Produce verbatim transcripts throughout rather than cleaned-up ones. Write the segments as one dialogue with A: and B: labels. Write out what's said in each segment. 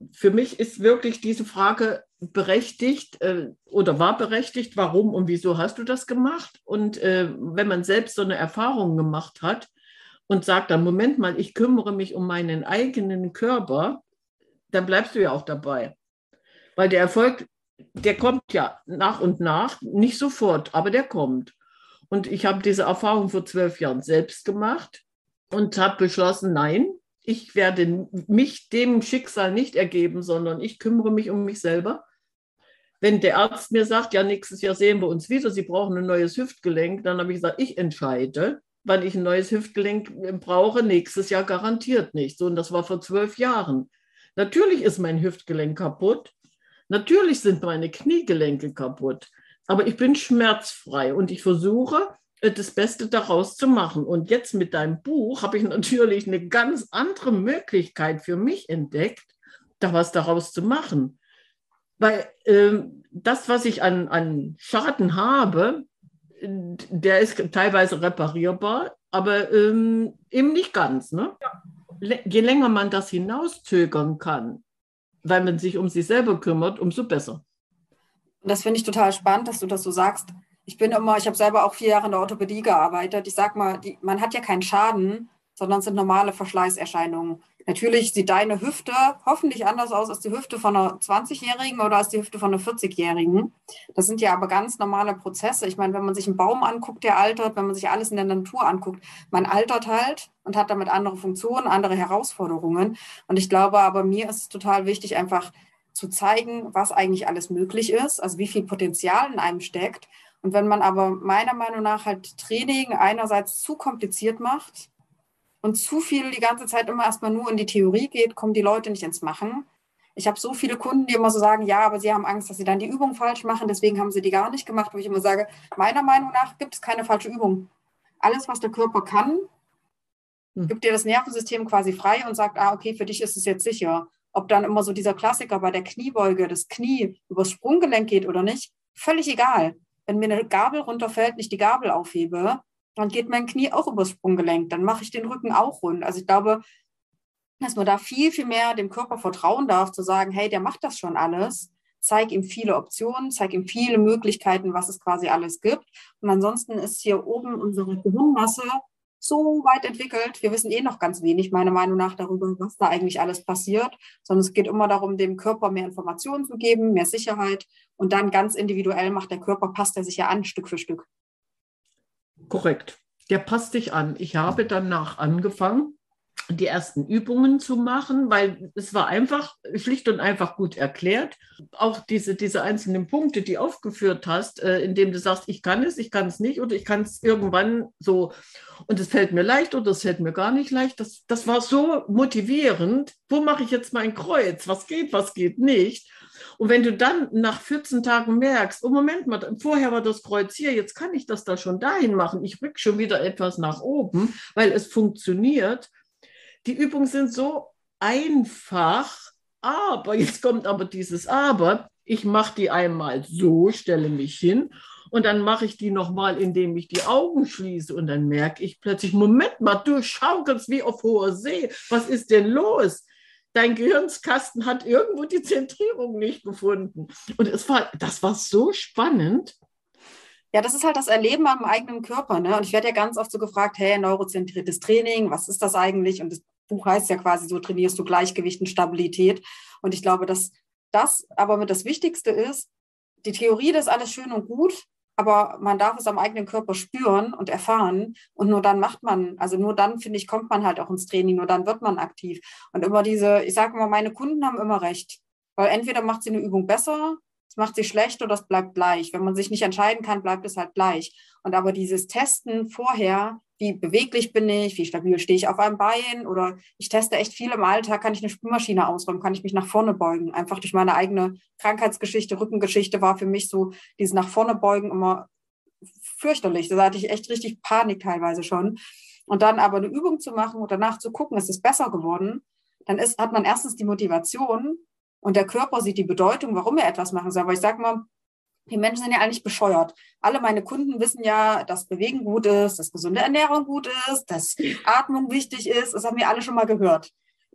A: für mich ist wirklich diese Frage berechtigt äh, oder war berechtigt, warum und wieso hast du das gemacht? Und äh, wenn man selbst so eine Erfahrung gemacht hat und sagt dann, Moment mal, ich kümmere mich um meinen eigenen Körper, dann bleibst du ja auch dabei. Weil der Erfolg, der kommt ja nach und nach, nicht sofort, aber der kommt. Und ich habe diese Erfahrung vor zwölf Jahren selbst gemacht und habe beschlossen, nein, ich werde mich dem Schicksal nicht ergeben, sondern ich kümmere mich um mich selber. Wenn der Arzt mir sagt, ja, nächstes Jahr sehen wir uns wieder, Sie brauchen ein neues Hüftgelenk, dann habe ich gesagt, ich entscheide, wann ich ein neues Hüftgelenk brauche, nächstes Jahr garantiert nicht. So, und das war vor zwölf Jahren. Natürlich ist mein Hüftgelenk kaputt, natürlich sind meine Kniegelenke kaputt, aber ich bin schmerzfrei und ich versuche, das Beste daraus zu machen. Und jetzt mit deinem Buch habe ich natürlich eine ganz andere Möglichkeit für mich entdeckt, da was daraus zu machen. Weil ähm, das, was ich an, an Schaden habe, der ist teilweise reparierbar, aber ähm, eben nicht ganz. Ne? Je länger man das hinauszögern kann, weil man sich um sich selber kümmert, umso besser.
B: Und das finde ich total spannend, dass du das so sagst. Ich bin immer, ich habe selber auch vier Jahre in der Orthopädie gearbeitet. Ich sage mal, die, man hat ja keinen Schaden, sondern es sind normale Verschleißerscheinungen. Natürlich sieht deine Hüfte hoffentlich anders aus als die Hüfte von einer zwanzigjährigen oder als die Hüfte von einer vierzigjährigen. Das sind ja aber ganz normale Prozesse. Ich meine, wenn man sich einen Baum anguckt, der altert, wenn man sich alles in der Natur anguckt, man altert halt und hat damit andere Funktionen, andere Herausforderungen. Und ich glaube aber, mir ist es total wichtig, einfach zu zeigen, was eigentlich alles möglich ist, also wie viel Potenzial in einem steckt. Und wenn man aber meiner Meinung nach halt Training einerseits zu kompliziert macht und zu viel die ganze Zeit immer erstmal nur in die Theorie geht, kommen die Leute nicht ins Machen. Ich habe so viele Kunden, die immer so sagen, ja, aber sie haben Angst, dass sie dann die Übung falsch machen, deswegen haben sie die gar nicht gemacht, wo ich immer sage, meiner Meinung nach gibt es keine falsche Übung. Alles, was der Körper kann, gibt dir das Nervensystem quasi frei und sagt, ah, okay, für dich ist es jetzt sicher. Ob dann immer so dieser Klassiker bei der Kniebeuge, das Knie übers Sprunggelenk geht oder nicht, völlig egal. Wenn mir eine Gabel runterfällt, nicht die Gabel aufhebe, dann geht mein Knie auch übers Sprunggelenk. Dann mache ich den Rücken auch rund. Also ich glaube, dass man da viel, viel mehr dem Körper vertrauen darf, zu sagen, hey, der macht das schon alles. Zeig ihm viele Optionen, zeig ihm viele Möglichkeiten, was es quasi alles gibt. Und ansonsten ist hier oben unsere Gehirnmasse so weit entwickelt. Wir wissen eh noch ganz wenig, meiner Meinung nach, darüber, was da eigentlich alles passiert, sondern es geht immer darum, dem Körper mehr Informationen zu geben, mehr Sicherheit und dann ganz individuell macht der Körper, passt er sich ja an, Stück für Stück.
A: Korrekt. Der passt sich an. Ich habe danach angefangen, die ersten Übungen zu machen, weil es war einfach, schlicht und einfach gut erklärt. Auch diese, diese einzelnen Punkte, die aufgeführt hast, äh, indem du sagst, ich kann es, ich kann es nicht oder ich kann es irgendwann so und es fällt mir leicht oder es fällt mir gar nicht leicht. Das, das war so motivierend. Wo mache ich jetzt mein Kreuz? Was geht, was geht nicht? Und wenn du dann nach vierzehn Tagen merkst, oh Moment mal, vorher war das Kreuz hier, jetzt kann ich das da schon dahin machen. Ich rück schon wieder etwas nach oben, weil es funktioniert. Die Übungen sind so einfach, aber, jetzt kommt aber dieses Aber, ich mache die einmal so, stelle mich hin und dann mache ich die nochmal, indem ich die Augen schließe und dann merke ich plötzlich, Moment mal, du schaukelst wie auf hoher See, was ist denn los? Dein Gehirnskasten hat irgendwo die Zentrierung nicht gefunden. Und es war, das war so spannend.
B: Ja, das ist halt das Erleben am eigenen Körper. Ne? Und ich werde ja ganz oft so gefragt, hey, neurozentriertes Training, was ist das eigentlich? Und das Buch heißt ja quasi, so trainierst du Gleichgewicht und Stabilität. Und ich glaube, dass das aber mit das Wichtigste ist, die Theorie, das ist alles schön und gut, aber man darf es am eigenen Körper spüren und erfahren. Und nur dann macht man, also nur dann, finde ich, kommt man halt auch ins Training, nur dann wird man aktiv. Und immer diese, ich sage mal, meine Kunden haben immer recht. Weil entweder macht sie eine Übung besser, es macht sie schlecht oder es bleibt gleich. Wenn man sich nicht entscheiden kann, bleibt es halt gleich. Und aber dieses Testen vorher, wie beweglich bin ich, wie stabil stehe ich auf einem Bein oder ich teste echt viel im Alltag, kann ich eine Spülmaschine ausräumen, kann ich mich nach vorne beugen. Einfach durch meine eigene Krankheitsgeschichte, Rückengeschichte war für mich so dieses nach vorne beugen immer fürchterlich. Da hatte ich echt richtig Panik teilweise schon. Und dann aber eine Übung zu machen und danach zu gucken, ist es besser geworden, dann ist, hat man erstens die Motivation, und der Körper sieht die Bedeutung, warum er etwas machen soll. Aber ich sage mal, die Menschen sind ja eigentlich bescheuert. Alle meine Kunden wissen ja, dass Bewegen gut ist, dass gesunde Ernährung gut ist, dass Atmung wichtig ist. Das haben wir alle schon mal gehört.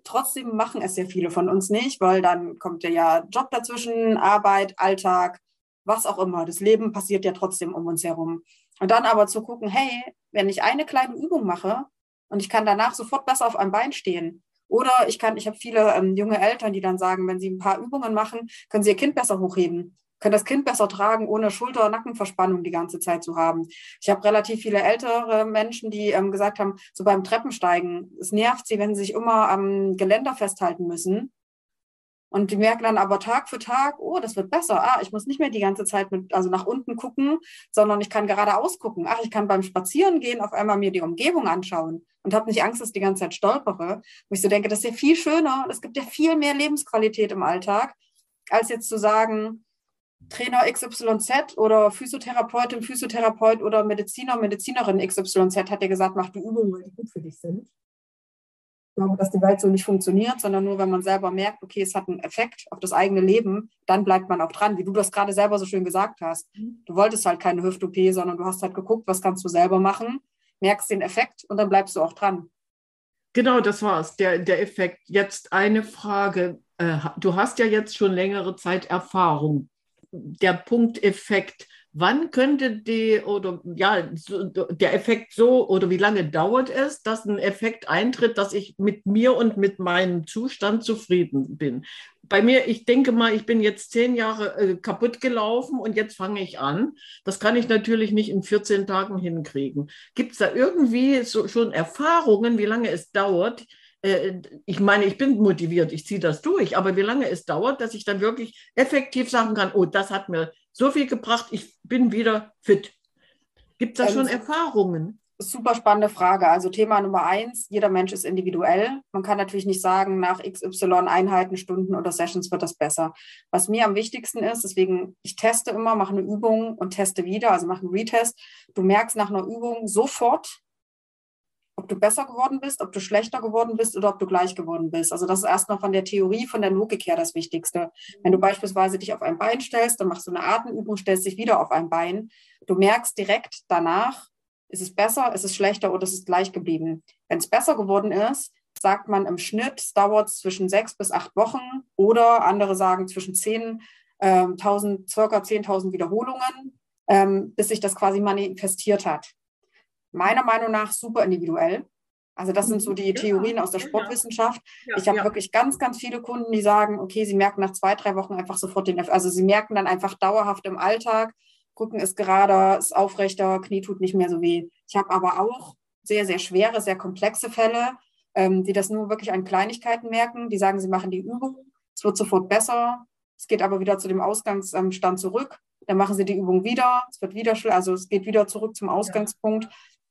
B: trotzdem machen es sehr viele von uns nicht, weil dann kommt ja Job dazwischen, Arbeit, Alltag, was auch immer. Das Leben passiert ja trotzdem um uns herum. Und dann aber zu gucken, hey, wenn ich eine kleine Übung mache und ich kann danach sofort besser auf einem Bein stehen. Oder ich kann, ich habe viele ähm, junge Eltern, die dann sagen, wenn sie ein paar Übungen machen, können sie ihr Kind besser hochheben, können das Kind besser tragen, ohne Schulter-Nackenverspannung die ganze Zeit zu haben. Ich habe relativ viele ältere Menschen, die ähm, gesagt haben, so beim Treppensteigen, es nervt sie, wenn sie sich immer am Geländer festhalten müssen. Und die merken dann aber Tag für Tag, oh, das wird besser. Ah, ich muss nicht mehr die ganze Zeit mit, also nach unten gucken, sondern ich kann geradeaus gucken. Ach, ich kann beim Spazierengehen auf einmal mir die Umgebung anschauen und habe nicht Angst, dass ich die ganze Zeit stolpere. Wo ich so denke, das ist ja viel schöner, es gibt ja viel mehr Lebensqualität im Alltag, als jetzt zu sagen, Trainer X Y Z oder Physiotherapeutin, Physiotherapeut oder Mediziner, Medizinerin X Y Z hat dir gesagt, mach die Übungen, weil die gut für dich sind. Ich glaube, dass die Welt so nicht funktioniert, sondern nur, wenn man selber merkt, okay, es hat einen Effekt auf das eigene Leben, dann bleibt man auch dran, wie du das gerade selber so schön gesagt hast. Du wolltest halt keine Hüft-O P, sondern du hast halt geguckt, was kannst du selber machen, merkst den Effekt und dann bleibst du auch dran.
A: Genau, das war's, der, der Effekt. Jetzt eine Frage. Du hast ja jetzt schon längere Zeit Erfahrung. Der Punkteffekt, wann könnte die oder ja so, der Effekt so oder wie lange dauert es, dass ein Effekt eintritt, dass ich mit mir und mit meinem Zustand zufrieden bin? Bei mir, ich denke mal, ich bin jetzt zehn Jahre äh, kaputt gelaufen und jetzt fange ich an. Das kann ich natürlich nicht in vierzehn Tagen hinkriegen. Gibt es da irgendwie so, schon Erfahrungen, wie lange es dauert? Ich meine, ich bin motiviert, ich ziehe das durch, aber wie lange es dauert, dass ich dann wirklich effektiv sagen kann, oh, das hat mir so viel gebracht, ich bin wieder fit. Gibt es da schon Erfahrungen?
B: Super spannende Frage. Also Thema Nummer eins, jeder Mensch ist individuell. Man kann natürlich nicht sagen, nach X Y Einheiten, Stunden oder Sessions wird das besser. Was mir am wichtigsten ist, deswegen, ich teste immer, mache eine Übung und teste wieder, also mache einen Retest. Du merkst nach einer Übung sofort, ob du besser geworden bist, ob du schlechter geworden bist oder ob du gleich geworden bist. Also das ist erstmal von der Theorie, von der Logik her das Wichtigste. Wenn du beispielsweise dich auf ein Bein stellst, dann machst du eine Atemübung, stellst dich wieder auf ein Bein. Du merkst direkt danach, ist es besser, ist es schlechter oder ist es gleich geblieben. Wenn es besser geworden ist, sagt man im Schnitt, es dauert zwischen sechs bis acht Wochen oder andere sagen zwischen zehn, äh, tausend, circa zehntausend Wiederholungen, ähm, bis sich das quasi manifestiert hat. Meiner Meinung nach super individuell. Also das sind so die Theorien aus der Sportwissenschaft. Ich habe wirklich ganz, ganz viele Kunden, die sagen, okay, sie merken nach zwei, drei Wochen einfach sofort den Effekt. Also sie merken dann einfach dauerhaft im Alltag, Rücken ist gerader, ist aufrechter, Knie tut nicht mehr so weh. Ich habe aber auch sehr, sehr schwere, sehr komplexe Fälle, ähm, die das nur wirklich an Kleinigkeiten merken. Die sagen, sie machen die Übung, es wird sofort besser, es geht aber wieder zu dem Ausgangsstand zurück. Dann machen sie die Übung wieder, es wird wieder, also es geht wieder zurück zum Ausgangspunkt.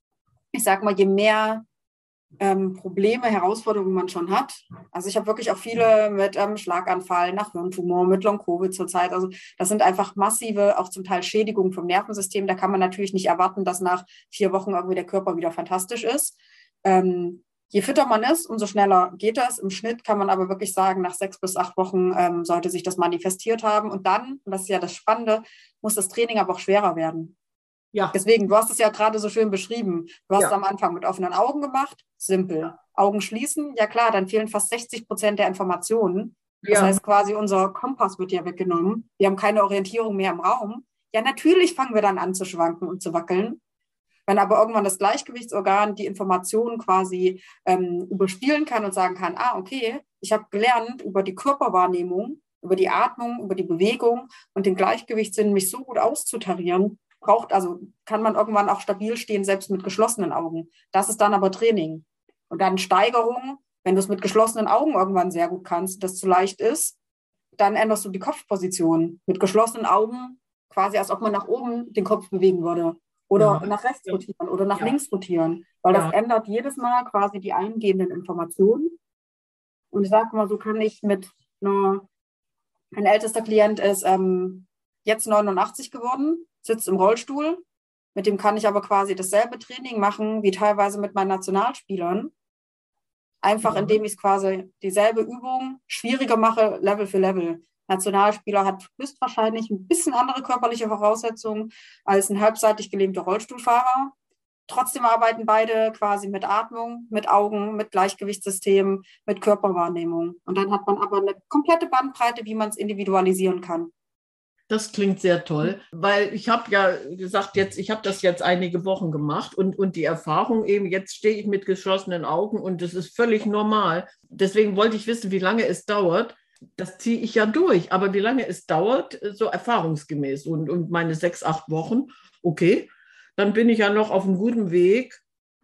B: Ich sage mal, je mehr ähm, Probleme, Herausforderungen man schon hat. Also ich habe wirklich auch viele mit ähm, Schlaganfall, nach Hirntumor, mit Long-Covid zurzeit. Also das sind einfach massive, auch zum Teil Schädigungen vom Nervensystem. Da kann man natürlich nicht erwarten, dass nach vier Wochen irgendwie der Körper wieder fantastisch ist. Ähm, je fitter man ist, umso schneller geht das. Im Schnitt kann man aber wirklich sagen, nach sechs bis acht Wochen ähm, sollte sich das manifestiert haben. Und dann, und das ist ja das Spannende, muss das Training aber auch schwerer werden. Ja. Deswegen, du hast es ja gerade so schön beschrieben. Du hast ja. am Anfang mit offenen Augen gemacht, simpel. Augen schließen, ja klar, dann fehlen fast sechzig Prozent der Informationen. Das ja. heißt quasi, unser Kompass wird ja weggenommen. Wir haben keine Orientierung mehr im Raum. Ja, natürlich fangen wir dann an zu schwanken und zu wackeln. Wenn aber irgendwann das Gleichgewichtsorgan die Informationen quasi ähm, überspielen kann und sagen kann, ah, okay, ich habe gelernt über die Körperwahrnehmung, über die Atmung, über die Bewegung und den Gleichgewichtssinn, mich so gut auszutarieren, braucht, also kann man irgendwann auch stabil stehen, selbst mit geschlossenen Augen. Das ist dann aber Training. Und dann Steigerung, wenn du es mit geschlossenen Augen irgendwann sehr gut kannst, das zu leicht ist, dann änderst du die Kopfposition. Mit geschlossenen Augen quasi, als ob man nach oben den Kopf bewegen würde. Oder ja. nach rechts rotieren oder nach ja. links rotieren. Weil ja. das ändert jedes Mal quasi die eingehenden Informationen. Und ich sage mal, so kann ich mit einer, mein ältester Klient ist ähm, jetzt neunundachtzig geworden, sitzt im Rollstuhl. Mit dem kann ich aber quasi dasselbe Training machen wie teilweise mit meinen Nationalspielern. Einfach, ja. indem ich quasi dieselbe Übung schwieriger mache, Level für Level. Nationalspieler hat höchstwahrscheinlich ein bisschen andere körperliche Voraussetzungen als ein halbseitig gelähmter Rollstuhlfahrer. trotzdem arbeiten beide quasi mit Atmung, mit Augen, mit Gleichgewichtssystem, mit Körperwahrnehmung. Und dann hat man aber eine komplette Bandbreite, wie man es individualisieren kann.
A: Das klingt sehr toll, weil ich habe ja gesagt, jetzt, ich habe das jetzt einige Wochen gemacht und, und die Erfahrung eben, jetzt stehe ich mit geschlossenen Augen und das ist völlig normal. Deswegen wollte ich wissen, wie lange es dauert. Das ziehe ich ja durch, aber wie lange es dauert, so erfahrungsgemäß. Und, und meine sechs, acht Wochen, okay, dann bin ich ja noch auf einem guten Weg.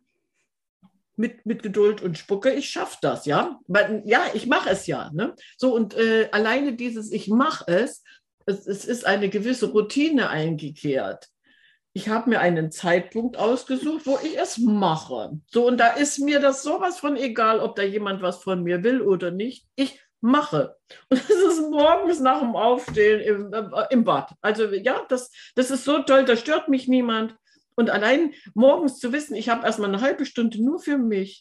A: Mit, mit Geduld und Spucke, ich schaffe das, ja. Weil, ja, ich mache es ja. Ne? So, und äh, alleine dieses Ich mache es, es, es ist eine gewisse Routine eingekehrt. Ich habe mir einen Zeitpunkt ausgesucht, wo ich es mache. So, und da ist mir das sowas von egal, ob da jemand was von mir will oder nicht. Ich mache. Und das ist morgens nach dem Aufstehen im, äh, im Bad. Also ja, das, das ist so toll, da stört mich niemand. Und allein morgens zu wissen, ich habe erstmal eine halbe Stunde nur für mich.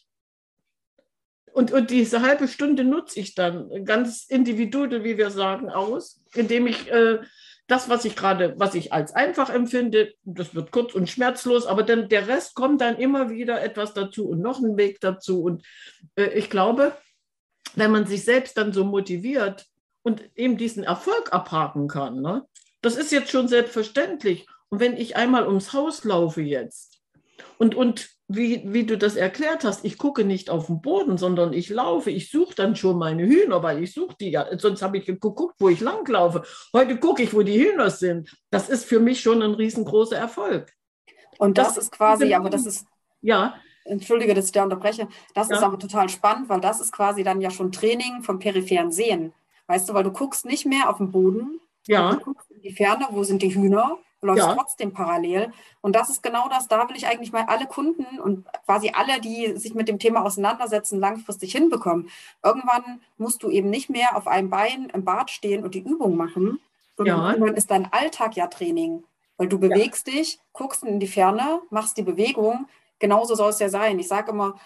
A: Und, und diese halbe Stunde nutze ich dann ganz individuell, wie wir sagen, aus, indem ich äh, das, was ich gerade, was ich als einfach empfinde, das wird kurz und schmerzlos, aber dann der Rest kommt dann immer wieder etwas dazu und noch ein Weg dazu. Und äh, ich glaube, wenn man sich selbst dann so motiviert und eben diesen Erfolg abhaken kann, ne, das ist jetzt schon selbstverständlich. Und wenn ich einmal ums Haus laufe jetzt und, und wie, wie du das erklärt hast, ich gucke nicht auf den Boden, sondern ich laufe, ich suche dann schon meine Hühner, weil ich suche die ja, sonst habe ich geguckt, wo ich langlaufe. Heute gucke ich, wo die Hühner sind. Das ist für mich schon ein riesengroßer Erfolg.
B: Und das, das ist quasi, aber das ist,
A: ja.
B: Entschuldige, dass ich da unterbreche, das ja. ist aber total spannend, weil das ist quasi dann ja schon Training vom peripheren Sehen. Weißt du, weil du guckst nicht mehr auf den Boden,
A: ja.
B: du guckst in die Ferne, wo sind die Hühner, du läufst
A: ja.
B: trotzdem parallel. Und das ist genau das, da will ich eigentlich mal alle Kunden und quasi alle, die sich mit dem Thema auseinandersetzen, langfristig hinbekommen. Irgendwann musst du eben nicht mehr auf einem Bein im Bad stehen und die Übung machen, sondern
A: ja.
B: irgendwann ist dein Alltag ja Training. Weil du bewegst ja. dich, guckst in die Ferne, machst die Bewegung. Genauso soll es ja sein. Ich sage immer,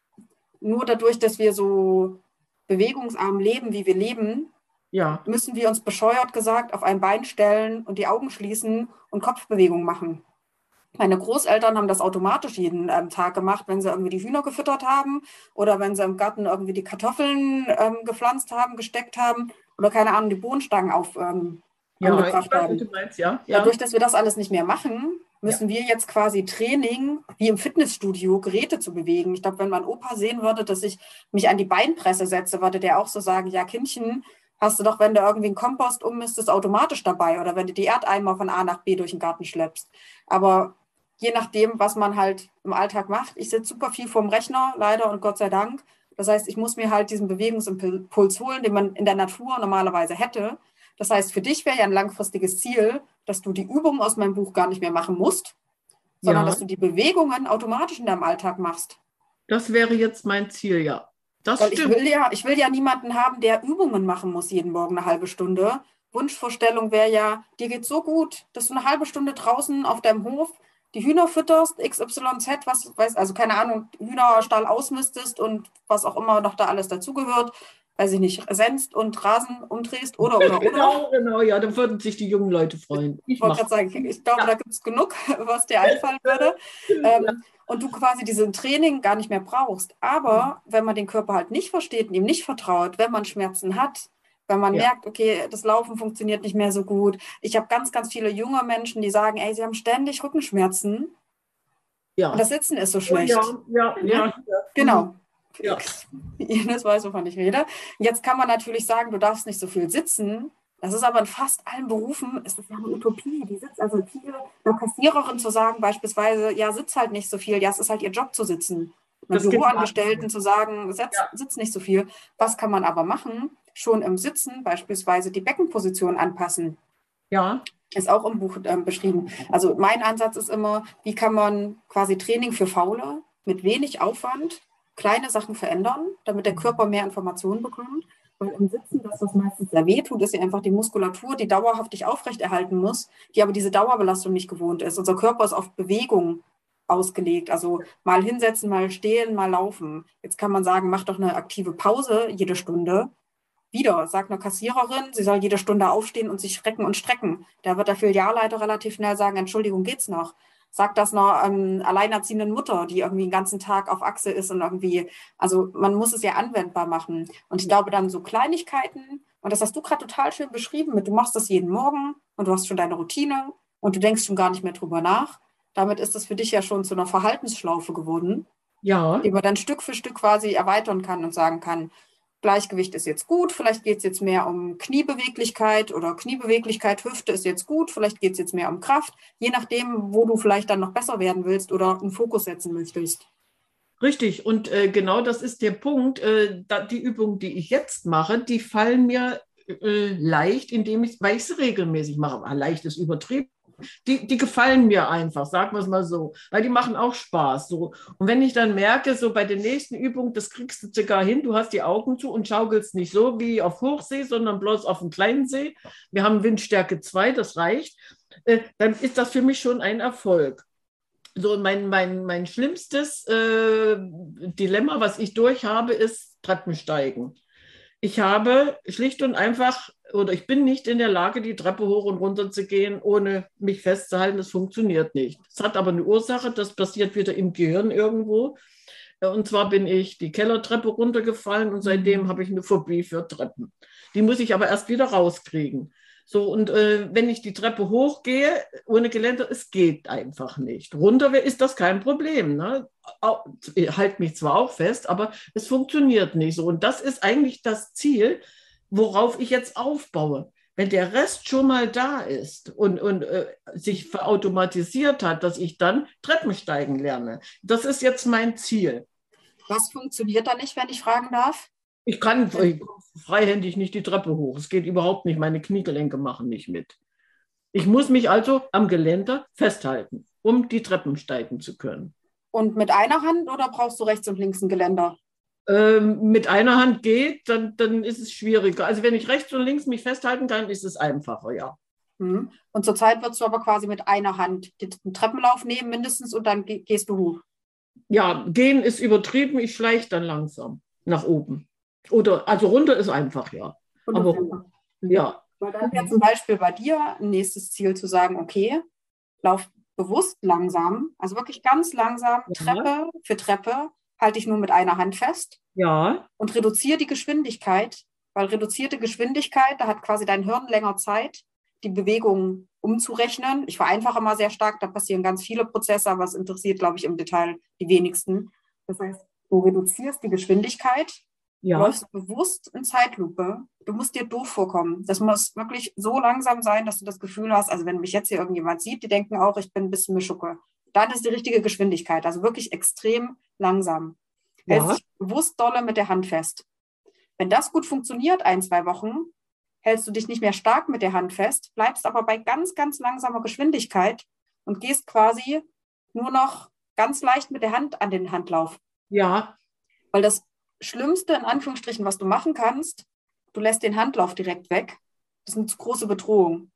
B: nur dadurch, dass wir so bewegungsarm leben, wie wir leben,
A: ja.
B: müssen wir uns bescheuert gesagt auf ein Bein stellen und die Augen schließen und Kopfbewegungen machen. Meine Großeltern haben das automatisch jeden ähm, Tag gemacht, wenn sie irgendwie die Hühner gefüttert haben oder wenn sie im Garten irgendwie die Kartoffeln ähm, gepflanzt haben, gesteckt haben oder keine Ahnung, die Bohnenstangen auf, ähm,
A: ja,
B: angebracht
A: weiß,
B: haben.
A: du meinst, ja. Ja.
B: Dadurch, dass wir das alles nicht mehr machen, müssen ja. wir jetzt quasi Training, wie im Fitnessstudio, Geräte zu bewegen. Ich glaube, wenn mein Opa sehen würde, dass ich mich an die Beinpresse setze, würde der auch so sagen, ja Kindchen, hast du doch, wenn du irgendwie einen Kompost ummisstest, automatisch dabei oder wenn du die Erdeimer von A nach B durch den Garten schleppst. Aber je nachdem, was man halt im Alltag macht, ich sitze super viel vorm Rechner, leider und Gott sei Dank. Das heißt, ich muss mir halt diesen Bewegungsimpuls holen, den man in der Natur normalerweise hätte. Das heißt, für dich wäre ja ein langfristiges Ziel, dass du die Übungen aus meinem Buch gar nicht mehr machen musst, sondern ja. dass du die Bewegungen automatisch in deinem Alltag machst.
A: Das wäre jetzt mein Ziel, ja. Das
B: Weil
A: stimmt.
B: Ich will ja, ich will ja niemanden haben, der Übungen machen muss jeden Morgen eine halbe Stunde. Wunschvorstellung wäre ja, dir geht so gut, dass du eine halbe Stunde draußen auf deinem Hof die Hühner fütterst, X Y Z, was weiß, also keine Ahnung, Hühnerstall ausmistest und was auch immer noch da alles dazugehört, weiß ich nicht, senst und Rasen umdrehst oder, oder, oder.
A: Genau, genau, ja, da würden sich die jungen Leute freuen.
B: Ich wollte gerade sagen, ich glaube, ja. da gibt es genug, was dir einfallen würde. ähm, ja. Und du quasi diesen Training gar nicht mehr brauchst. Aber wenn man den Körper halt nicht versteht und ihm nicht vertraut, wenn man Schmerzen hat, wenn man ja. merkt, okay, das Laufen funktioniert nicht mehr so gut. Ich habe ganz, ganz viele junge Menschen, die sagen, ey, sie haben ständig Rückenschmerzen. Ja. Und das Sitzen ist so schlecht.
A: Oh, ja, ja, ja, ja.
B: Genau.
A: Ja.
B: Ines weiß, wovon ich rede. Jetzt kann man natürlich sagen, du darfst nicht so viel sitzen. Das ist aber in fast allen Berufen, ist das ja eine Utopie. Die sitzt also viele, einer Kassiererin zu sagen beispielsweise, ja, sitz halt nicht so viel. Ja, es ist halt ihr Job zu sitzen. Einem Büroangestellten zu sagen, sitz, ja. sitz nicht so viel. Was kann man aber machen? Schon im Sitzen beispielsweise die Beckenposition anpassen.
A: Ja.
B: Ist auch im Buch äh, beschrieben. Also mein Ansatz ist immer, wie kann man quasi Training für Faule mit wenig Aufwand kleine Sachen verändern, damit der Körper mehr Informationen bekommt. Weil im Sitzen, das, was meistens sehr weh tut, ist ja einfach die Muskulatur, die dauerhaft dich aufrechterhalten muss, die aber diese Dauerbelastung nicht gewohnt ist. Unser Körper ist auf Bewegung ausgelegt. Also mal hinsetzen, mal stehen, mal laufen. Jetzt kann man sagen, mach doch eine aktive Pause jede Stunde. Wieder, sagt eine Kassiererin, sie soll jede Stunde aufstehen und sich recken und strecken. Da wird der Filialleiter relativ schnell sagen, Entschuldigung, geht's noch? Sag das einer ähm, alleinerziehenden Mutter, die irgendwie den ganzen Tag auf Achse ist und irgendwie, also man muss es ja anwendbar machen. Und ich glaube dann so Kleinigkeiten, und das hast du gerade total schön beschrieben, mit du machst das jeden Morgen und du hast schon deine Routine und du denkst schon gar nicht mehr drüber nach. Damit ist das für dich ja schon zu einer Verhaltensschlaufe geworden,
A: Ja,
B: die man dann Stück für Stück quasi erweitern kann und sagen kann, Gleichgewicht ist jetzt gut, vielleicht geht es jetzt mehr um Kniebeweglichkeit oder Kniebeweglichkeit, Hüfte ist jetzt gut, vielleicht geht es jetzt mehr um Kraft, je nachdem, wo du vielleicht dann noch besser werden willst oder einen Fokus setzen möchtest.
A: richtig. Und äh, genau das ist der Punkt. Äh, da, die Übungen, die ich jetzt mache, die fallen mir äh, leicht, indem ich, weil ich sie regelmäßig mache. Ah, leicht ist übertrieben. Die, die gefallen mir einfach, sagen wir es mal so, weil die machen auch Spaß. So. Und wenn ich dann merke, so bei den nächsten Übungen, das kriegst du sogar hin, du hast die Augen zu und schaukelst nicht so wie auf Hochsee, sondern bloß auf dem kleinen See. Wir haben Windstärke zwei, das reicht. Äh, dann ist das für mich schon ein Erfolg. So, mein, mein, mein schlimmstes äh, Dilemma, was ich durch habe, ist Treppensteigen. Ich habe schlicht und einfach, oder ich bin nicht in der Lage, die Treppe hoch und runter zu gehen, ohne mich festzuhalten. Das funktioniert nicht. Es hat aber eine Ursache, das passiert wieder im Gehirn irgendwo. Und zwar bin ich die Kellertreppe runtergefallen und seitdem habe ich eine Phobie für Treppen. Die muss ich aber erst wieder rauskriegen. So, und äh, wenn ich die Treppe hochgehe, ohne Geländer, es geht einfach nicht. Runter ist das kein Problem. Ne? Ich halte mich zwar auch fest, aber es funktioniert nicht so. Und das ist eigentlich das Ziel, worauf ich jetzt aufbaue. Wenn der Rest schon mal da ist und, und äh, sich verautomatisiert hat, dass ich dann Treppensteigen lerne. Das ist jetzt mein Ziel.
B: Was funktioniert da nicht, wenn ich fragen darf?
A: Ich kann ich, freihändig nicht die Treppe hoch. Es geht überhaupt nicht. Meine Kniegelenke machen nicht mit. Ich muss mich also am Geländer festhalten, um die Treppen steigen zu können.
B: Und mit einer Hand oder brauchst du rechts und links ein Geländer?
A: Ähm, mit einer Hand geht, dann, dann ist es schwieriger. Also wenn ich rechts und links mich festhalten kann, ist es einfacher, ja.
B: Hm. Und zurzeit würdest du aber quasi mit einer Hand den Treppenlauf nehmen mindestens und dann ge- gehst du hoch.
A: Ja, gehen ist übertrieben. Ich schleiche dann langsam nach oben. Oder, also runter ist einfach, ja. Aber hoch, ja.
B: Weil dann wäre zum Beispiel bei dir ein nächstes Ziel zu sagen, okay, lauf bewusst langsam, also wirklich ganz langsam,
A: Ja.
B: Treppe für Treppe, halte ich nur mit einer Hand fest
A: Ja,
B: und reduziere die Geschwindigkeit, weil reduzierte Geschwindigkeit, da hat quasi dein Hirn länger Zeit, die Bewegung umzurechnen. Ich vereinfache mal sehr stark, da passieren ganz viele Prozesse, aber es interessiert, glaube ich, im Detail die wenigsten. Das heißt, du reduzierst die Geschwindigkeit,
A: ja.
B: läufst bewusst in Zeitlupe. Du musst dir doof vorkommen. Das muss wirklich so langsam sein, dass du das Gefühl hast, also wenn mich jetzt hier irgendjemand sieht, die denken auch, ich bin ein bisschen Mischucke. Dann ist die richtige Geschwindigkeit, also wirklich extrem langsam.
A: Ja.
B: Hältst dich bewusst dolle mit der Hand fest. Wenn das gut funktioniert, ein, zwei Wochen, hältst du dich nicht mehr stark mit der Hand fest, bleibst aber bei ganz, ganz langsamer Geschwindigkeit und gehst quasi nur noch ganz leicht mit der Hand an den Handlauf.
A: Ja.
B: Weil das Schlimmste, in Anführungsstrichen, was du machen kannst, du lässt den Handlauf direkt weg. Das ist eine zu große Bedrohung.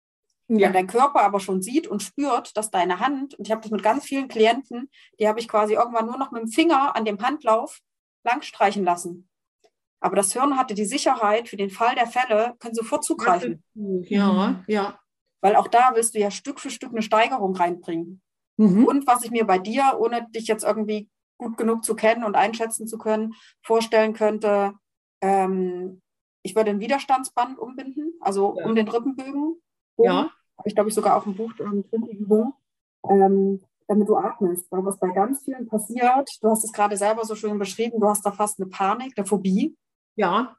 A: Ja.
B: Wenn dein Körper aber schon sieht und spürt, dass deine Hand, und ich habe das mit ganz vielen Klienten, die habe ich quasi irgendwann nur noch mit dem Finger an dem Handlauf langstreichen lassen. Aber das Hirn hatte die Sicherheit, für den Fall der Fälle, können sofort zugreifen.
A: Ja, ja.
B: Weil auch da willst du ja Stück für Stück eine Steigerung reinbringen.
A: Mhm.
B: Und was ich mir bei dir, ohne dich jetzt irgendwie gut genug zu kennen und einschätzen zu können, vorstellen könnte, ähm, ich würde ein Widerstandsband umbinden, also
A: Ja.
B: um den Rippenbögen.
A: Ja.
B: Habe ich, glaube ich, sogar auch ein Buch drin, die Übung, ähm, damit du atmest. Weil was bei ganz vielen passiert, du hast es gerade selber so schön beschrieben, du hast da fast eine Panik, eine Phobie.
A: Ja.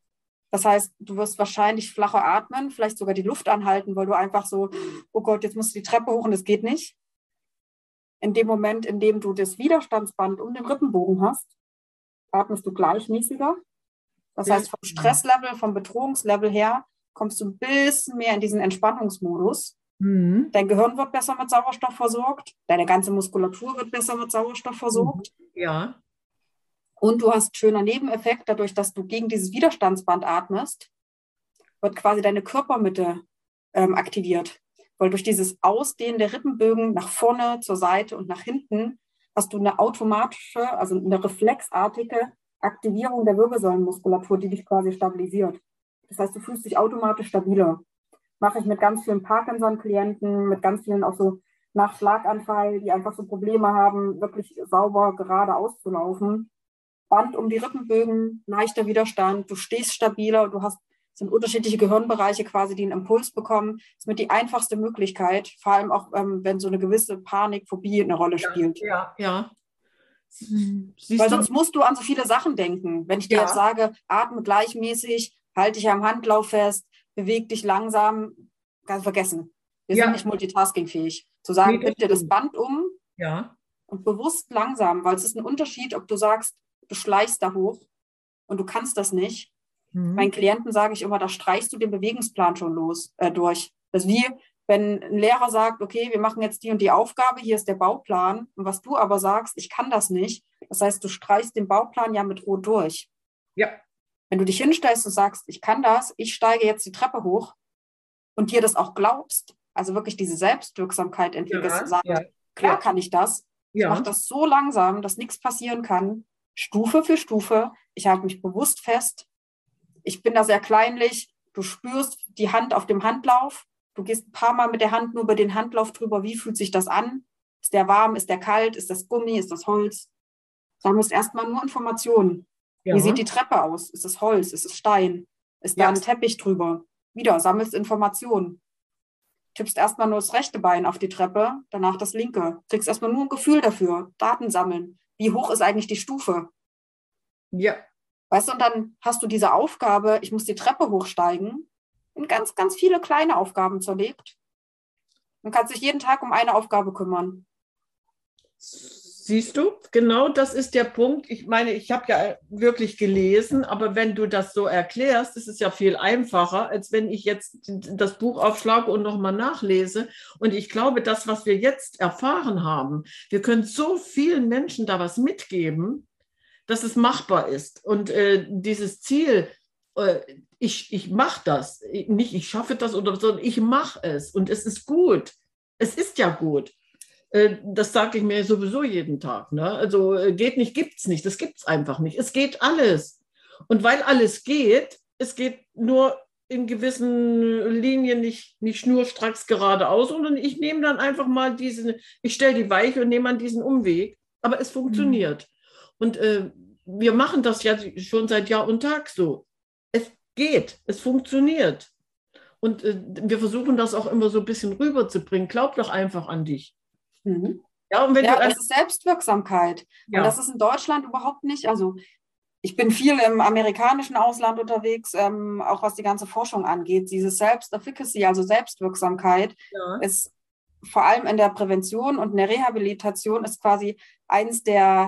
B: Das heißt, du wirst wahrscheinlich flacher atmen, vielleicht sogar die Luft anhalten, weil du einfach so, oh Gott, jetzt musst du die Treppe hoch und es geht nicht. In dem Moment, in dem du das Widerstandsband um den Rippenbogen hast, atmest du gleichmäßiger. Das heißt, vom Stresslevel, vom Bedrohungslevel her, kommst du ein bisschen mehr in diesen Entspannungsmodus.
A: Mhm.
B: Dein Gehirn wird besser mit Sauerstoff versorgt, deine ganze Muskulatur wird besser mit Sauerstoff versorgt.
A: Ja.
B: Und du hast schöner Nebeneffekt, dadurch, dass du gegen dieses Widerstandsband atmest, wird quasi deine Körpermitte ähm, aktiviert. Weil durch dieses Ausdehnen der Rippenbögen nach vorne, zur Seite und nach hinten hast du eine automatische, also eine reflexartige Aktivierung der Wirbelsäulenmuskulatur, die dich quasi stabilisiert. Das heißt, du fühlst dich automatisch stabiler. Mache ich mit ganz vielen Parkinson-Klienten, mit ganz vielen auch so nach Schlaganfall, die einfach so Probleme haben, wirklich sauber gerade auszulaufen. Band um die Rippenbögen, leichter Widerstand, du stehst stabiler, du hast, es sind unterschiedliche Gehirnbereiche quasi, die einen Impuls bekommen. Das ist mit die einfachste Möglichkeit, vor allem auch, ähm, wenn so eine gewisse Panik, Phobie eine Rolle
A: Ja,
B: spielt.
A: ja, ja.
B: Siehst Weil sonst du? musst du an so viele Sachen denken. Wenn ich dir ja. jetzt sage, atme gleichmäßig, halte dich am Handlauf fest, beweg dich langsam, ganz vergessen. Wir ja. sind nicht multitaskingfähig. Zu sagen, nee, bitte das Band um
A: ja.
B: und bewusst langsam, weil es ist ein Unterschied, ob du sagst, du schleichst da hoch und du kannst das nicht. Mhm. Meinen Klienten sage ich immer, da streichst du den Bewegungsplan schon los äh, durch. Das ist wie, wenn ein Lehrer sagt, okay, wir machen jetzt die und die Aufgabe, hier ist der Bauplan. Und was du aber sagst, ich kann das nicht. Das heißt, du streichst den Bauplan ja mit Rot durch.
A: Ja.
B: Wenn du dich hinstellst und sagst, ich kann das, ich steige jetzt die Treppe hoch und dir das auch glaubst, also wirklich diese Selbstwirksamkeit entwickelst, ja, sagst, ja. klar ja. kann ich das. Ja. Ich mache das so langsam, dass nichts passieren kann. Stufe für Stufe. Ich halte mich bewusst fest. Ich bin da sehr kleinlich. Du spürst die Hand auf dem Handlauf. Du gehst ein paar Mal mit der Hand nur über den Handlauf drüber. Wie fühlt sich das an? Ist der warm? Ist der kalt? Ist das Gummi? Ist das Holz? Sammelst erstmal nur Informationen. Ja. Wie sieht die Treppe aus? Ist es Holz? Ist es Stein? Ist ja. da ein Teppich drüber? Wieder, sammelst Informationen. Tippst erstmal nur das rechte Bein auf die Treppe, danach das linke. Kriegst erstmal nur ein Gefühl dafür. Daten sammeln. Wie hoch ist eigentlich die Stufe?
A: Ja.
B: Weißt du, und dann hast du diese Aufgabe, ich muss die Treppe hochsteigen, in ganz, ganz viele kleine Aufgaben zerlegt. Man kann sich jeden Tag um eine Aufgabe kümmern.
A: Siehst du, genau das ist der Punkt. Ich meine, ich habe ja wirklich gelesen, aber wenn du das so erklärst, ist es ja viel einfacher, als wenn ich jetzt das Buch aufschlage und nochmal nachlese. Und ich glaube, das, was wir jetzt erfahren haben, wir können so vielen Menschen da was mitgeben, dass es machbar ist. Und äh, dieses Ziel, äh, ich, ich mache das, nicht ich schaffe das, oder, sondern ich mache es. Und es ist gut. Es ist ja gut. Das sage ich mir sowieso jeden Tag. Ne? Also geht nicht, gibt es nicht. Das gibt es einfach nicht. Es geht alles. Und weil alles geht, es geht nur in gewissen Linien nicht, nicht schnurstracks geradeaus, sondern ich nehme dann einfach mal diesen, ich stelle die Weiche und nehme an diesen Umweg. Aber es funktioniert. Mhm. Und äh, wir machen das ja schon seit Jahr und Tag so. Es geht, es funktioniert. Und äh, wir versuchen das auch immer so ein bisschen rüberzubringen. Glaub doch einfach an dich.
B: Mhm. Ja, und wenn ja, du das ist Selbstwirksamkeit. Ja. Und das ist in Deutschland überhaupt nicht. Also ich bin viel im amerikanischen Ausland unterwegs, ähm, auch was die ganze Forschung angeht. Diese Self-Efficacy, also Selbstwirksamkeit, ja. ist vor allem in der Prävention und in der Rehabilitation ist quasi eins der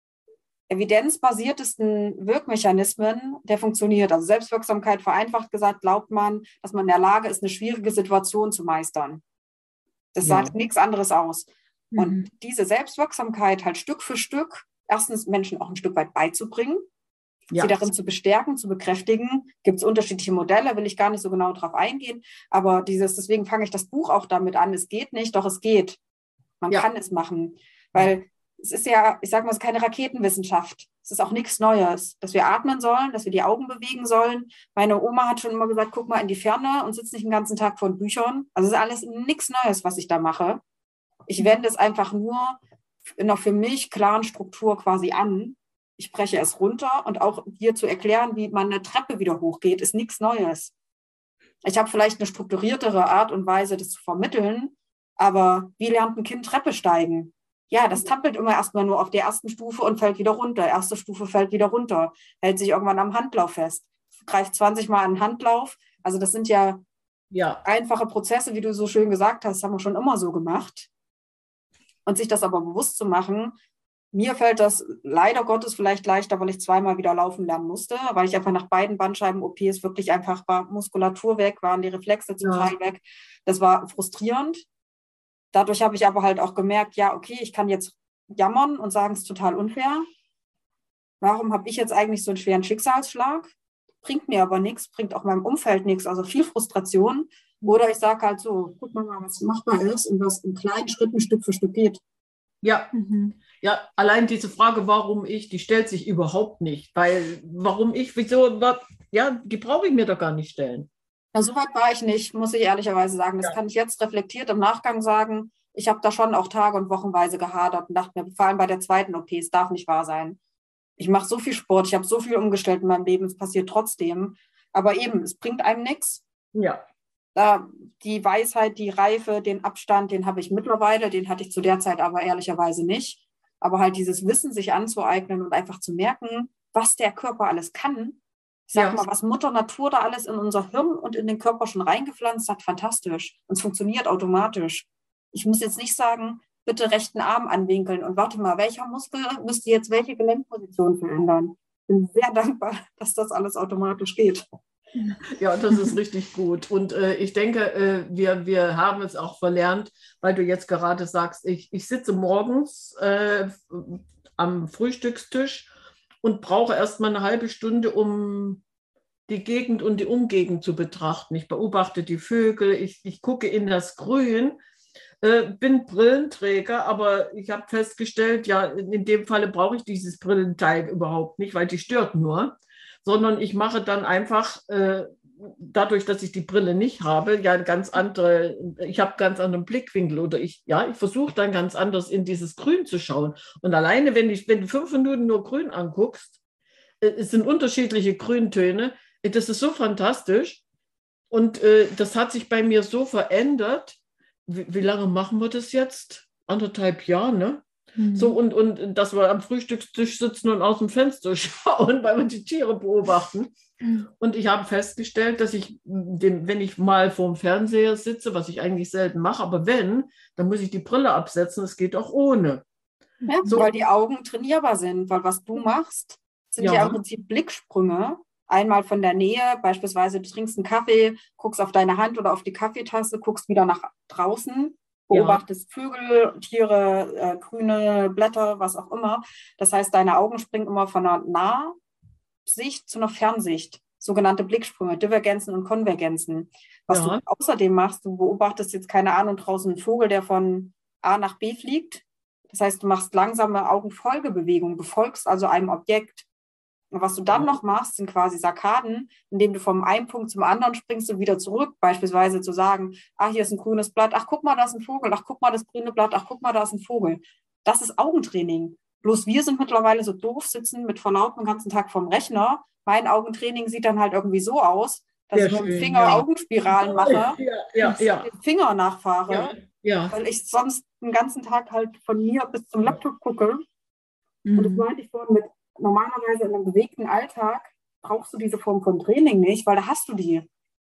B: evidenzbasiertesten Wirkmechanismen, der funktioniert. Also Selbstwirksamkeit, vereinfacht gesagt, glaubt man, dass man in der Lage ist, eine schwierige Situation zu meistern. Das ja. sagt nichts anderes aus. Mhm. Und diese Selbstwirksamkeit halt Stück für Stück, erstens Menschen auch ein Stück weit beizubringen, ja. sie darin zu bestärken, zu bekräftigen. Gibt es unterschiedliche Modelle, will ich gar nicht so genau drauf eingehen. Aber dieses, deswegen fange ich das Buch auch damit an, es geht nicht, doch es geht. Man ja. kann es machen. Weil es ist ja, ich sage mal, es ist keine Raketenwissenschaft. Es ist auch nichts Neues, dass wir atmen sollen, dass wir die Augen bewegen sollen. Meine Oma hat schon immer gesagt, guck mal in die Ferne und sitz nicht den ganzen Tag vor den Büchern. Also es ist alles nichts Neues, was ich da mache. Ich wende es einfach nur in einer für mich klaren Struktur quasi an. Ich breche es runter und auch dir zu erklären, wie man eine Treppe wieder hochgeht, ist nichts Neues. Ich habe vielleicht eine strukturiertere Art und Weise, das zu vermitteln, aber wie lernt ein Kind Treppe steigen? Ja, das tappelt immer erstmal nur auf der ersten Stufe und fällt wieder runter. Erste Stufe fällt wieder runter, hält sich irgendwann am Handlauf fest, greift zwanzig Mal an den Handlauf. Also das sind ja, ja einfache Prozesse, wie du so schön gesagt hast, haben wir schon immer so gemacht. Und sich das aber bewusst zu machen, mir fällt das leider Gottes vielleicht leichter, weil ich zweimal wieder laufen lernen musste, weil ich einfach nach beiden Bandscheiben-O Ps wirklich einfach war Muskulatur weg, waren die Reflexe zum Teil weg. Das war frustrierend. Dadurch habe ich aber halt auch gemerkt, ja, okay, ich kann jetzt jammern und sagen, es ist total unfair. Warum habe ich jetzt eigentlich so einen schweren Schicksalsschlag? Bringt mir aber nichts, bringt auch meinem Umfeld nichts, also viel Frustration. Oder ich sage halt so, guck mal, was machbar ist und was in kleinen Schritten Stück für Stück geht.
A: Ja, mhm. ja, allein diese Frage, warum ich, die stellt sich überhaupt nicht. Weil, warum ich, wieso, ja, die brauche ich mir doch gar nicht stellen.
B: Ja, so weit war ich nicht, muss ich ehrlicherweise sagen. Das ja. kann ich jetzt reflektiert im Nachgang sagen. ich habe da schon auch Tage und Wochenweise gehadert und dachte mir, vor allem bei der zweiten O P, es darf nicht wahr sein. Ich mache so viel Sport, ich habe so viel umgestellt in meinem Leben, es passiert trotzdem. Aber eben, es bringt einem nichts.
A: Ja.
B: Da, die Weisheit, die Reife, den Abstand, den habe ich mittlerweile, den hatte ich zu der Zeit aber ehrlicherweise nicht. Aber halt dieses Wissen sich anzueignen und einfach zu merken, was der Körper alles kann. Ich sag
A: Ja.
B: mal, was Mutter Natur da alles in unser Hirn und in den Körper schon reingepflanzt hat, fantastisch. Und es funktioniert automatisch. Ich muss jetzt nicht sagen, bitte rechten Arm anwinkeln und warte mal, welcher Muskel müsste jetzt welche Gelenkposition verändern? Ich bin sehr dankbar, dass das alles automatisch geht.
A: Ja, das ist richtig gut. Und äh, ich denke, äh, wir, wir haben es auch verlernt, weil du jetzt gerade sagst, ich, ich sitze morgens äh, am Frühstückstisch und brauche erst mal eine halbe Stunde, um die Gegend und die Umgegend zu betrachten. Ich beobachte die Vögel, ich, ich gucke in das Grün, äh, bin Brillenträger, aber ich habe festgestellt, ja, in dem Falle brauche ich dieses Brillenteil überhaupt nicht, weil die stört nur, sondern ich mache dann einfach, äh, dadurch, dass ich die Brille nicht habe, ja ganz andere, ich habe ganz anderen Blickwinkel oder ich, ja, ich versuche dann ganz anders in dieses Grün zu schauen. Und alleine, wenn, ich, wenn du fünf Minuten nur Grün anguckst, äh, es sind unterschiedliche Grüntöne, äh, das ist so fantastisch und äh, das hat sich bei mir so verändert. Wie, wie lange machen wir das jetzt? Anderthalb Jahre, ne? Mhm. So, und, und dass wir am Frühstückstisch sitzen und aus dem Fenster schauen, weil wir die Tiere beobachten. Mhm. Und ich habe festgestellt, dass ich, den, wenn ich mal vorm Fernseher sitze, was ich eigentlich selten mache, aber wenn, dann muss ich die Brille absetzen. Es geht auch ohne.
B: Ja, so, weil die Augen trainierbar sind, weil was du machst, sind ja, ja im Prinzip Blicksprünge. Einmal von der Nähe, beispielsweise du trinkst einen Kaffee, guckst auf deine Hand oder auf die Kaffeetasse, guckst wieder nach draußen, beobachtest ja. Vögel, Tiere, äh, grüne Blätter, was auch immer. Das heißt, deine Augen springen immer von einer Nahsicht zu einer Fernsicht. Sogenannte Blicksprünge, Divergenzen und Konvergenzen. Was ja. du außerdem machst, du beobachtest jetzt, keine Ahnung, draußen einen Vogel, der von A nach B fliegt. Das heißt, du machst langsame Augenfolgebewegungen, befolgst also einem Objekt. Und was du dann noch machst, sind quasi Sarkaden, indem du vom einen Punkt zum anderen springst und wieder zurück, beispielsweise zu sagen, ah, hier ist ein grünes Blatt, ach, guck mal, da ist ein Vogel, ach, guck mal, das grüne Blatt, ach, guck mal, da ist ein Vogel. Das ist Augentraining. Bloß wir sind mittlerweile so doof, sitzen mit Verlaub den ganzen Tag vorm Rechner. Mein Augentraining sieht dann halt irgendwie so aus, dass Sehr ich schön, mit dem Finger ja. Augenspiralen mache, ja, ja, ja. den Finger nachfahre, ja, ja. weil ich sonst den ganzen Tag halt von mir bis zum Laptop gucke. Mhm. Und das meinte ich vorhin mit normalerweise in einem bewegten Alltag brauchst du diese Form von Training nicht, weil da hast du die.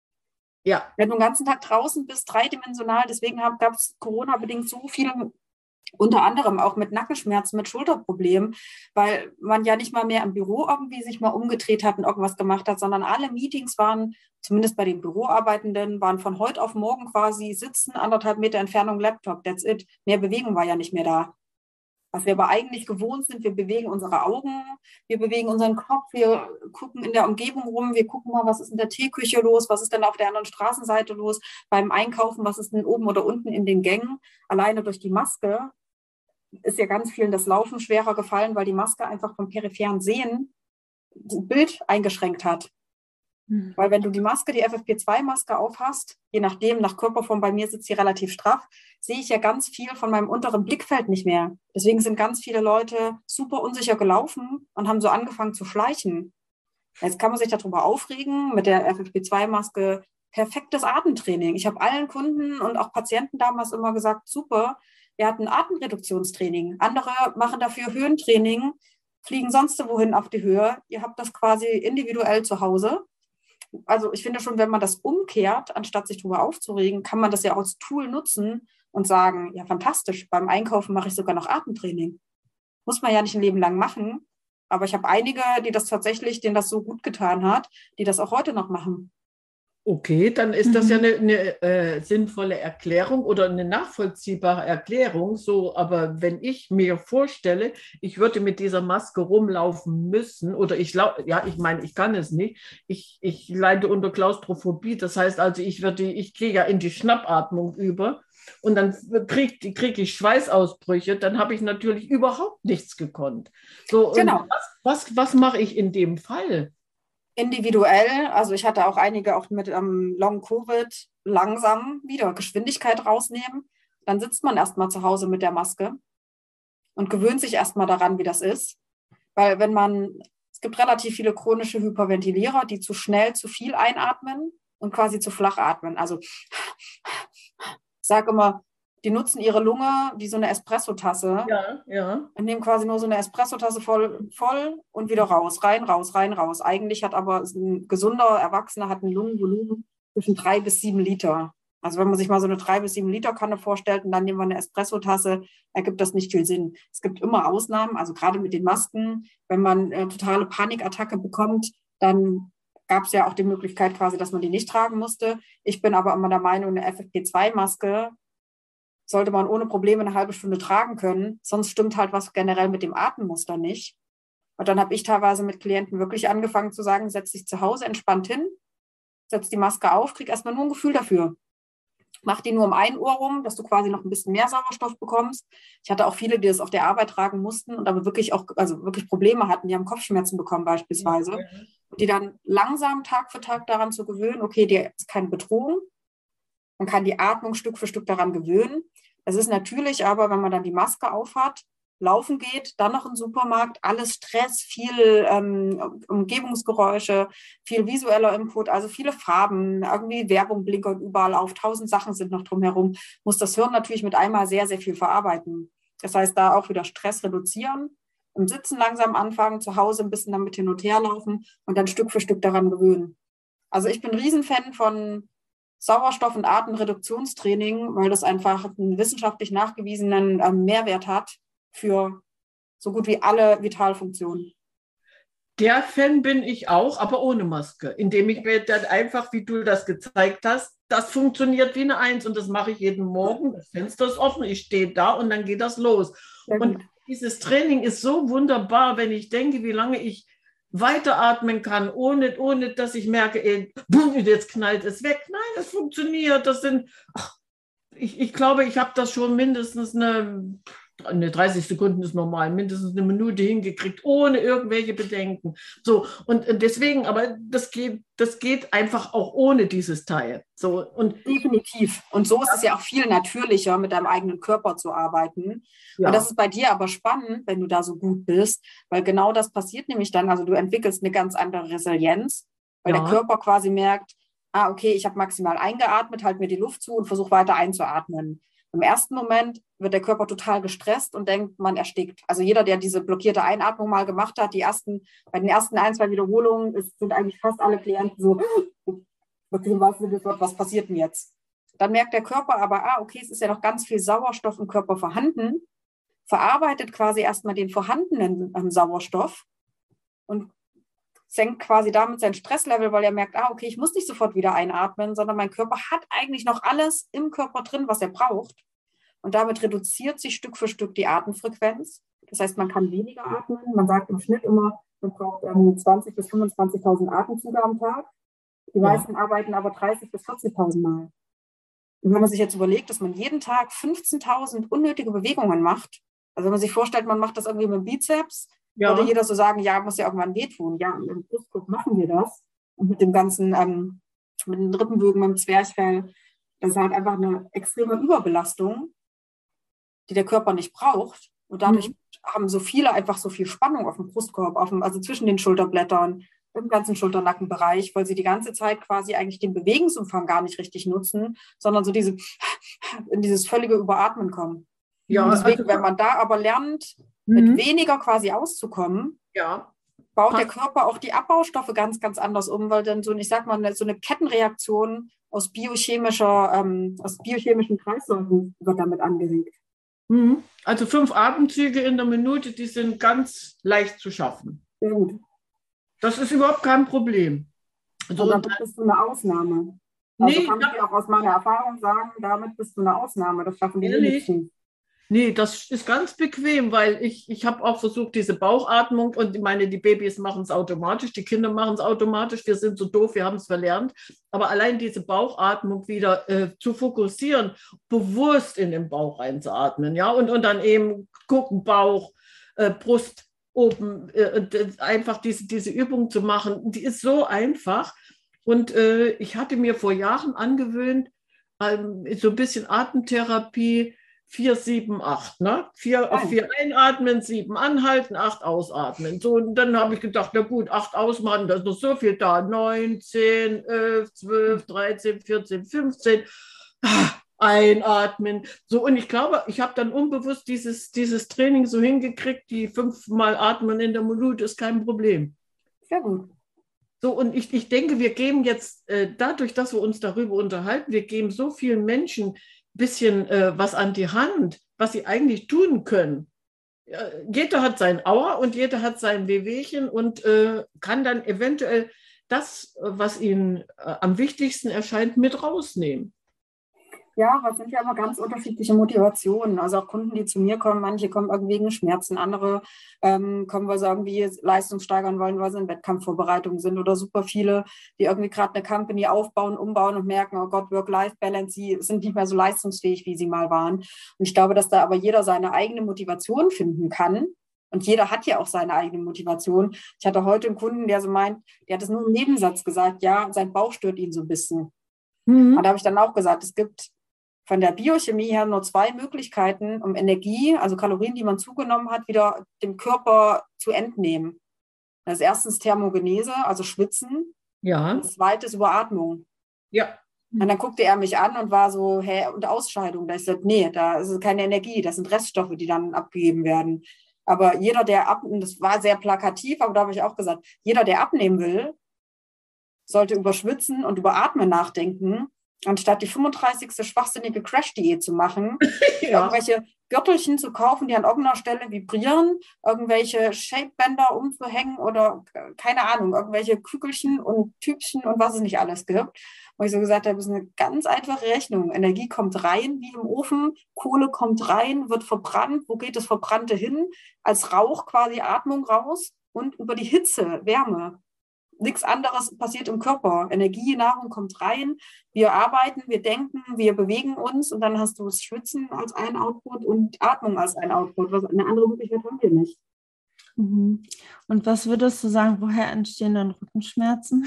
B: Ja. Wenn du den ganzen Tag draußen bist, dreidimensional, deswegen gab es Corona-bedingt so viele, unter anderem auch mit Nackenschmerzen, mit Schulterproblemen, weil man ja nicht mal mehr im Büro irgendwie sich mal umgedreht hat und irgendwas gemacht hat, sondern alle Meetings waren, zumindest bei den Büroarbeitenden, waren von heute auf morgen quasi sitzen, anderthalb Meter Entfernung Laptop, that's it. Mehr Bewegung war ja nicht mehr da. Was wir aber eigentlich gewohnt sind, wir bewegen unsere Augen, wir bewegen unseren Kopf, wir gucken in der Umgebung rum, wir gucken mal, was ist in der Teeküche los, was ist denn auf der anderen Straßenseite los, beim Einkaufen, was ist denn oben oder unten in den Gängen. Alleine durch die Maske ist ja ganz vielen das Laufen schwerer gefallen, weil die Maske einfach vom peripheren Sehen das Bild eingeschränkt hat. Mhm. Weil wenn du die Maske, die F F P zwei Maske aufhast, je nachdem, nach Körperform, bei mir sitzt sie relativ straff, sehe ich ja ganz viel von meinem unteren Blickfeld nicht mehr. Deswegen sind ganz viele Leute super unsicher gelaufen und haben so angefangen zu schleichen. Jetzt kann man sich darüber aufregen, mit der F F P zwei Maske perfektes Atemtraining. Ich habe allen Kunden und auch Patienten damals immer gesagt, super, wir hatten Atemreduktionstraining. Andere machen dafür Höhentraining, fliegen sonst wohin auf die Höhe. Ihr habt das quasi individuell zu Hause. Also ich finde schon, wenn man das umkehrt, anstatt sich darüber aufzuregen, kann man das ja als Tool nutzen und sagen, ja fantastisch, beim Einkaufen mache ich sogar noch Atemtraining. Muss man ja nicht ein Leben lang machen, aber ich habe einige, die das tatsächlich, denen das so gut getan hat, die das auch heute noch machen.
A: Okay, dann ist das ja eine, eine äh, sinnvolle Erklärung oder eine nachvollziehbare Erklärung. So, aber wenn ich mir vorstelle, ich würde mit dieser Maske rumlaufen müssen oder ich lau- ja, ich meine, ich kann es nicht. Ich, ich leide unter Klaustrophobie. Das heißt also, ich würde, ich gehe ja in die Schnappatmung über und dann kriege krieg ich Schweißausbrüche. Dann habe ich natürlich überhaupt nichts gekonnt. So,
B: genau.
A: Und was, was, was mache ich in dem Fall?
B: Individuell, also ich hatte auch einige auch mit ähm, Long-Covid langsam wieder Geschwindigkeit rausnehmen. dann sitzt man erstmal zu Hause mit der Maske und gewöhnt sich erstmal daran, wie das ist. Weil wenn man, es gibt relativ viele chronische Hyperventilierer, die zu schnell zu viel einatmen und quasi zu flach atmen. Also ich sage immer, die nutzen ihre Lunge wie so eine Espressotasse.
A: Ja, ja.
B: Und nehmen quasi nur so eine Espressotasse voll, voll und wieder raus, rein, raus, rein, raus. Eigentlich hat aber ein gesunder Erwachsener hat ein Lungenvolumen zwischen drei bis sieben Liter. Also wenn man sich mal so eine drei bis sieben Liter Kanne vorstellt und dann nehmen wir eine Espressotasse, ergibt das nicht viel Sinn. Es gibt immer Ausnahmen, also gerade mit den Masken, wenn man eine totale Panikattacke bekommt, dann gab es ja auch die Möglichkeit quasi, dass man die nicht tragen musste. Ich bin aber immer der Meinung, eine F F P zwei Maske sollte man ohne Probleme eine halbe Stunde tragen können, sonst stimmt halt was generell mit dem Atemmuster nicht. Und dann habe ich teilweise mit Klienten wirklich angefangen zu sagen, setz dich zu Hause entspannt hin, setz die Maske auf, krieg erstmal nur ein Gefühl dafür. Mach die nur um ein Ohr rum, dass du quasi noch ein bisschen mehr Sauerstoff bekommst. Ich hatte auch viele, die das auf der Arbeit tragen mussten und aber wirklich auch, also wirklich Probleme hatten, die haben Kopfschmerzen bekommen beispielsweise. Ja. Und die dann langsam Tag für Tag daran zu gewöhnen, okay, die ist keine Bedrohung. Man kann die Atmung Stück für Stück daran gewöhnen. Es ist natürlich aber, wenn man dann die Maske aufhat, laufen geht, dann noch im Supermarkt, alles Stress, viel ähm, Umgebungsgeräusche, viel visueller Input, also viele Farben, irgendwie Werbung blinkert überall auf, tausend Sachen sind noch drumherum, muss das Hirn natürlich mit einmal sehr, sehr viel verarbeiten. Das heißt, da auch wieder Stress reduzieren, im Sitzen langsam anfangen, zu Hause ein bisschen damit hin und her laufen und dann Stück für Stück daran gewöhnen. Also ich bin ein Riesenfan von Sauerstoff- und Atemreduktionstraining, weil das einfach einen wissenschaftlich nachgewiesenen äh, Mehrwert hat für so gut wie alle Vitalfunktionen.
A: Der Fan bin ich auch, aber ohne Maske, indem ich mir dann einfach, wie du das gezeigt hast, das funktioniert wie eine Eins und das mache ich jeden Morgen. Das Fenster ist offen, ich stehe da und dann geht das los. Und dieses Training ist so wunderbar, wenn ich denke, wie lange ich weiteratmen kann, ohne, ohne dass ich merke, ey, jetzt knallt es weg. Nein, das funktioniert. Das sind, ach, ich, ich glaube, ich habe das schon mindestens eine, eine dreißig Sekunden ist normal, mindestens eine Minute hingekriegt, ohne irgendwelche Bedenken. So, und deswegen, aber das geht, das geht einfach auch ohne dieses Teil. So, und
B: definitiv. Und so ist es ja auch viel natürlicher, mit deinem eigenen Körper zu arbeiten. Ja. Und das ist bei dir aber spannend, wenn du da so gut bist, weil genau das passiert nämlich dann, also du entwickelst eine ganz andere Resilienz, weil ja. der Körper quasi merkt, ah, okay, ich habe maximal eingeatmet, halt mir die Luft zu und versuche weiter einzuatmen. Im ersten Moment wird der Körper total gestresst und denkt, man erstickt. Also jeder, der diese blockierte Einatmung mal gemacht hat, die ersten, bei den ersten ein, zwei Wiederholungen ist, sind eigentlich fast alle Klienten so, okay, was passiert denn jetzt? Dann merkt der Körper aber, ah, okay, es ist ja noch ganz viel Sauerstoff im Körper vorhanden, verarbeitet quasi erstmal den vorhandenen ähm, Sauerstoff und senkt quasi damit sein Stresslevel, weil er merkt, ah, okay, ich muss nicht sofort wieder einatmen, sondern mein Körper hat eigentlich noch alles im Körper drin, was er braucht. Und damit reduziert sich Stück für Stück die Atemfrequenz. Das heißt, man kann weniger atmen. Man sagt im Schnitt immer, man braucht ähm, zwanzigtausend bis fünfundzwanzigtausend Atemzüge am Tag. Die ja. meisten arbeiten aber dreißigtausend bis vierzigtausend Mal. Und wenn man sich jetzt überlegt, dass man jeden Tag fünfzehntausend unnötige Bewegungen macht, also wenn man sich vorstellt, man macht das irgendwie mit dem Bizeps, ja. würde jeder so sagen, ja, muss ja irgendwann wehtun. Ja, im Brustkorb machen wir das. Und mit dem ganzen, ähm, mit den Rippenbögen, mit dem Zwerchfell, das ist halt einfach eine extreme Überbelastung, die der Körper nicht braucht. Und dadurch mhm. haben so viele einfach so viel Spannung auf dem Brustkorb, auf dem, also zwischen den Schulterblättern, im ganzen Schulternackenbereich, weil sie die ganze Zeit quasi eigentlich den Bewegungsumfang gar nicht richtig nutzen, sondern so diese, in dieses völlige Überatmen kommen. Ja, und deswegen, also, wenn man da aber lernt, mit mhm. weniger quasi auszukommen,
A: ja.
B: baut der Körper auch die Abbaustoffe ganz, ganz anders um, weil dann so, ich sag mal, so eine Kettenreaktion aus biochemischer, ähm, aus biochemischen Kreisläufen wird damit angeregt.
A: Mhm. Also fünf Atemzüge in der Minute, die sind ganz leicht zu schaffen.
B: Sehr gut.
A: Das ist überhaupt kein Problem.
B: So, aber damit bist du eine Ausnahme. Also nee, kann ich dir auch aus meiner Erfahrung sagen, damit bist du eine Ausnahme. Das schaffen die wenigsten.
A: Nee, das ist ganz bequem, weil ich, ich habe auch versucht, diese Bauchatmung, und ich meine, die Babys machen es automatisch, die Kinder machen es automatisch, wir sind so doof, wir haben es verlernt. Aber allein diese Bauchatmung wieder äh, zu fokussieren, bewusst in den Bauch einzuatmen, ja, und, und dann eben gucken, Bauch, äh, Brust oben, äh, einfach diese, diese Übung zu machen, die ist so einfach. Und äh, ich hatte mir vor Jahren angewöhnt, ähm, so ein bisschen Atemtherapie, vier, sieben, acht, ne? Vier, auf
B: Nein.
A: vier einatmen, sieben anhalten, acht ausatmen. So, und dann habe ich gedacht, na gut, acht ausmachen, da ist noch so viel da. Neun, zehn, elf, zwölf, dreizehn, vierzehn, fünfzehn. Ah, einatmen. So, und ich glaube, ich habe dann unbewusst dieses, dieses Training so hingekriegt, die fünfmal atmen in der Minute ist kein Problem.
B: Sehr gut.
A: So, und ich, ich denke, wir geben jetzt, äh, dadurch, dass wir uns darüber unterhalten, wir geben so vielen Menschen ein bisschen äh, was an die Hand, was sie eigentlich tun können. Ja, jeder hat sein Aua und jeder hat sein Wehwehchen und äh, kann dann eventuell das, was ihnen äh, am wichtigsten erscheint, mit rausnehmen.
B: Ja, was sind ja aber ganz unterschiedliche Motivationen. Also auch Kunden, die zu mir kommen, manche kommen irgendwie wegen Schmerzen, andere ähm, kommen, weil sie irgendwie Leistung steigern wollen, weil sie in Wettkampfvorbereitungen sind oder super viele, die irgendwie gerade eine Company aufbauen, umbauen und merken, oh Gott, Work-Life-Balance, sie sind nicht mehr so leistungsfähig, wie sie mal waren. Und ich glaube, dass da aber jeder seine eigene Motivation finden kann. Und jeder hat ja auch seine eigene Motivation. Ich hatte heute einen Kunden, der so meint, der hat es nur im Nebensatz gesagt, ja, sein Bauch stört ihn so ein bisschen.
A: Mhm.
B: Und da habe ich dann auch gesagt, es gibt von der Biochemie her nur zwei Möglichkeiten, um Energie, also Kalorien, die man zugenommen hat, wieder dem Körper zu entnehmen. Das ist erstens Thermogenese, also Schwitzen.
A: Ja.
B: Und das zweite ist Überatmung.
A: Ja.
B: Und dann guckte er mich an und war so, hä, und Ausscheidung. Da ich gesagt, nee, da ist keine Energie, das sind Reststoffe, die dann abgegeben werden. Aber jeder, der ab, das war sehr plakativ, aber da habe ich auch gesagt, jeder, der abnehmen will, sollte über Schwitzen und über Atmen nachdenken, anstatt die fünfunddreißigste schwachsinnige Crash-Diät zu machen,
A: Ja.
B: irgendwelche Gürtelchen zu kaufen, die an irgendeiner Stelle vibrieren, irgendwelche Shapebänder umzuhängen oder keine Ahnung, irgendwelche Kügelchen und Typchen und was es nicht alles gibt. Wo ich so gesagt habe, das ist eine ganz einfache Rechnung. Energie kommt rein wie im Ofen, Kohle kommt rein, wird verbrannt. Wo geht das Verbrannte hin? Als Rauch quasi Atmung raus und über die Hitze, Wärme. Nichts anderes passiert im Körper. Energie, Nahrung kommt rein. Wir arbeiten, wir denken, wir bewegen uns und dann hast du das Schwitzen als ein Output und Atmung als ein Output. Was, eine andere Möglichkeit haben wir nicht.
C: Mhm. Und was würdest du sagen, woher entstehen dann Rückenschmerzen?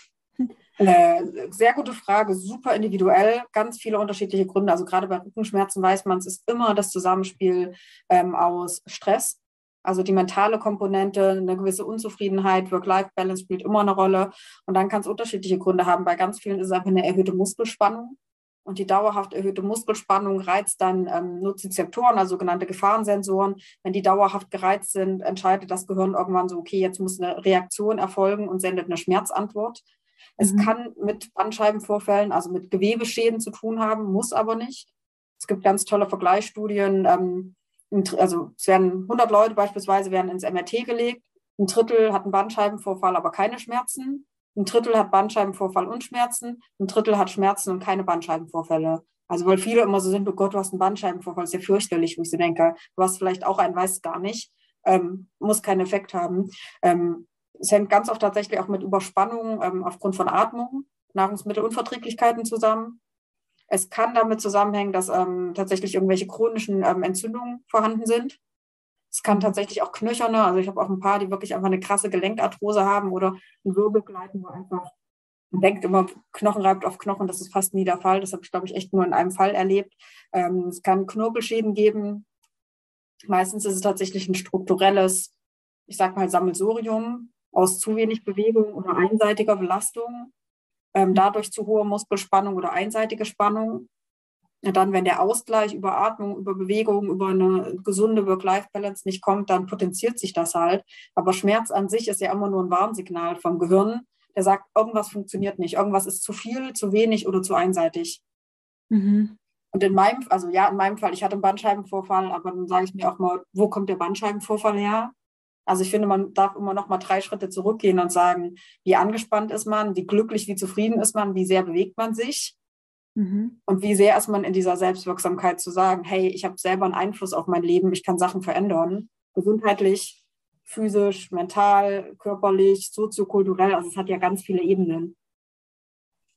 B: Äh, sehr gute Frage, super individuell, ganz viele unterschiedliche Gründe. Also gerade bei Rückenschmerzen weiß man, es ist immer das Zusammenspiel ähm, aus Stress. Also die mentale Komponente, eine gewisse Unzufriedenheit, Work-Life-Balance spielt immer eine Rolle. Und dann kann es unterschiedliche Gründe haben. Bei ganz vielen ist es einfach eine erhöhte Muskelspannung. Und die dauerhaft erhöhte Muskelspannung reizt dann ähm, Nozizeptoren, also sogenannte Gefahrensensoren. Wenn die dauerhaft gereizt sind, entscheidet das Gehirn irgendwann so, okay, jetzt muss eine Reaktion erfolgen und sendet eine Schmerzantwort. Es
C: Mhm.
B: kann mit Bandscheibenvorfällen, also mit Gewebeschäden zu tun haben, muss aber nicht. Es gibt ganz tolle Vergleichsstudien. Ähm, also es werden hundert Leute beispielsweise werden ins M R T gelegt. Ein Drittel hat einen Bandscheibenvorfall, aber keine Schmerzen. Ein Drittel hat Bandscheibenvorfall und Schmerzen. Ein Drittel hat Schmerzen und keine Bandscheibenvorfälle. Also weil viele immer so sind, oh Gott, du hast einen Bandscheibenvorfall, ist ja fürchterlich, wo ich so denke, du hast vielleicht auch einen, weißt gar nicht, ähm, muss keinen Effekt haben. Ähm, es hängt ganz oft tatsächlich auch mit Überspannung ähm, aufgrund von Atmung, Nahrungsmittelunverträglichkeiten zusammen. Es kann damit zusammenhängen, dass ähm, tatsächlich irgendwelche chronischen ähm, Entzündungen vorhanden sind. Es kann tatsächlich auch knöcherne, also ich habe auch ein paar, die wirklich einfach eine krasse Gelenkarthrose haben oder ein Wirbelgleiten, wo einfach, man denkt immer, Knochen reibt auf Knochen, das ist fast nie der Fall. Das habe ich, glaube ich, echt nur in einem Fall erlebt. Ähm, es kann Knorpelschäden geben. Meistens ist es tatsächlich ein strukturelles, ich sage mal, Sammelsurium aus zu wenig Bewegung oder einseitiger Belastung. Ähm, dadurch zu hohe Muskelspannung oder einseitige Spannung. Und dann, wenn der Ausgleich über Atmung, über Bewegung, über eine gesunde Work-Life-Balance nicht kommt, dann potenziert sich das halt. Aber Schmerz an sich ist ja immer nur ein Warnsignal vom Gehirn, der sagt, irgendwas funktioniert nicht, irgendwas ist zu viel, zu wenig oder zu einseitig.
C: Mhm.
B: Und in meinem, also ja, in meinem Fall, ich hatte einen Bandscheibenvorfall, aber dann sage ich mir auch mal, wo kommt der Bandscheibenvorfall her? Also ich finde, man darf immer noch mal drei Schritte zurückgehen und sagen, wie angespannt ist man, wie glücklich, wie zufrieden ist man, wie sehr bewegt man sich
C: Mhm.
B: und wie sehr ist man in dieser Selbstwirksamkeit zu sagen, hey, ich habe selber einen Einfluss auf mein Leben, ich kann Sachen verändern, gesundheitlich, physisch, mental, körperlich, soziokulturell, also es hat ja ganz viele Ebenen.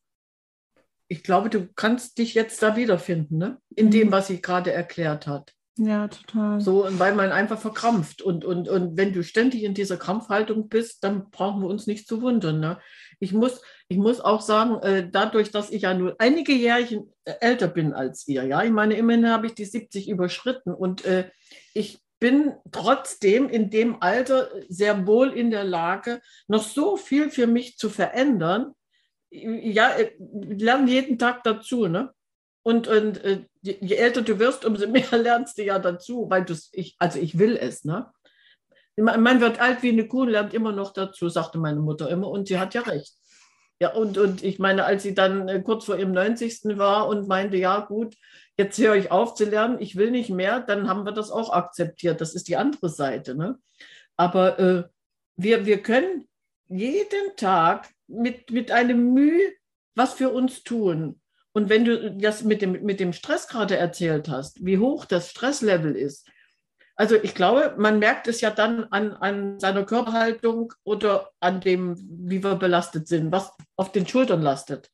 A: Ich glaube, du kannst dich jetzt da wiederfinden, ne? In dem, was sie gerade erklärt hat.
C: Ja, total.
A: So, und weil man einfach verkrampft. Und, und, und wenn du ständig in dieser Krampfhaltung bist, dann brauchen wir uns nicht zu wundern. Ne? Ich muss, ich muss auch sagen, äh, dadurch, dass ich ja nur einige Jährchen älter bin als ihr, ja, ich meine, immerhin habe ich die siebzig überschritten und äh, ich bin trotzdem in dem Alter sehr wohl in der Lage, noch so viel für mich zu verändern. Ja, ich lerne jeden Tag dazu, ne? Und, und äh, je, je älter du wirst, umso mehr lernst du ja dazu, weil du ich, also ich will es, ne? Man, man wird alt wie eine Kuh und lernt immer noch dazu, sagte meine Mutter immer, und sie hat ja recht. Ja, und, und ich meine, als sie dann äh, kurz vor ihrem neunzigsten war und meinte, ja gut, jetzt höre ich auf zu lernen, ich will nicht mehr, dann haben wir das auch akzeptiert. Das ist die andere Seite, ne? Aber äh, wir, wir können jeden Tag mit, mit einem Mühe was für uns tun. Und wenn du das mit dem, mit dem Stress gerade erzählt hast, wie hoch das Stresslevel ist, also ich glaube, man merkt es ja dann an, an seiner Körperhaltung oder an dem, wie wir belastet sind, was auf den Schultern lastet.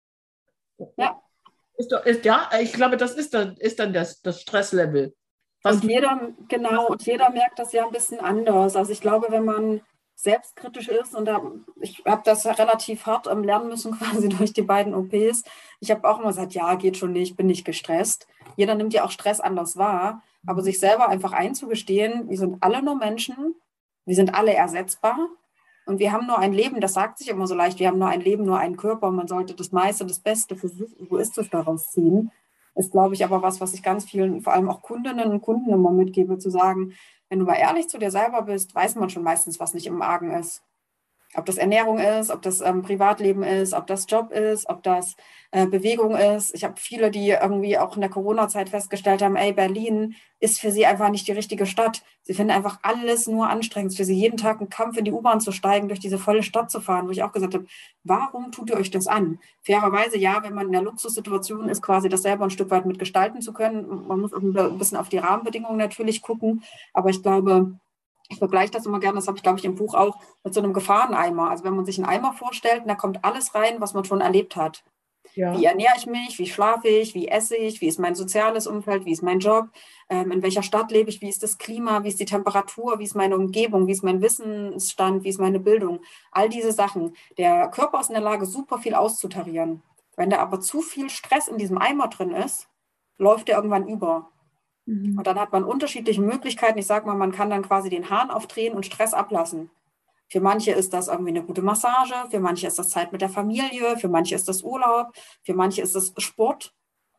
B: Ja.
A: Ist, ist, ja, ich glaube, das ist dann, ist dann das, das Stresslevel.
B: Was und jeder, genau, und jeder merkt das ja ein bisschen anders. Also ich glaube, wenn man selbstkritisch ist, und da, ich habe das relativ hart ähm, lernen müssen, quasi durch die beiden O Ps. Ich habe auch immer gesagt, ja, geht schon nicht, bin nicht gestresst. Jeder nimmt ja auch Stress anders wahr, aber sich selber einfach einzugestehen, wir sind alle nur Menschen, wir sind alle ersetzbar und wir haben nur ein Leben, das sagt sich immer so leicht, wir haben nur ein Leben, nur einen Körper und man sollte das meiste, das Beste für sich egoistisch daraus ziehen. Ist, glaube ich, aber was, was ich ganz vielen, vor allem auch Kundinnen und Kunden immer mitgebe, zu sagen, wenn du mal ehrlich zu dir selber bist, weiß man schon meistens, was nicht im Argen ist. Ob das Ernährung ist, ob das ähm, Privatleben ist, ob das Job ist, ob das äh, Bewegung ist. Ich habe viele, die irgendwie auch in der Corona-Zeit festgestellt haben, ey, Berlin ist für sie einfach nicht die richtige Stadt. Sie finden einfach alles nur anstrengend. Es ist für sie jeden Tag ein Kampf, in die U-Bahn zu steigen, durch diese volle Stadt zu fahren, wo ich auch gesagt habe, warum tut ihr euch das an? Fairerweise, ja, wenn man in der Luxussituation ist, quasi das selber ein Stück weit mitgestalten zu können. Man muss auch ein bisschen auf die Rahmenbedingungen natürlich gucken. Aber ich glaube, ich vergleiche das immer gerne, das habe ich, glaube ich, im Buch auch, mit so einem Gefahreneimer. Also wenn man sich einen Eimer vorstellt, da kommt alles rein, was man schon erlebt hat. Ja. Wie ernähre ich mich, wie schlafe ich, wie esse ich, wie ist mein soziales Umfeld, wie ist mein Job, ähm, in welcher Stadt lebe ich, wie ist das Klima, wie ist die Temperatur, wie ist meine Umgebung, wie ist mein Wissensstand, wie ist meine Bildung. All diese Sachen. Der Körper ist in der Lage, super viel auszutarieren. Wenn da aber zu viel Stress in diesem Eimer drin ist, läuft der irgendwann über. Und dann hat man unterschiedliche Möglichkeiten. Ich sage mal, man kann dann quasi den Hahn aufdrehen und Stress ablassen. Für manche ist das irgendwie eine gute Massage, für manche ist das Zeit mit der Familie, für manche ist das Urlaub, für manche ist das Sport.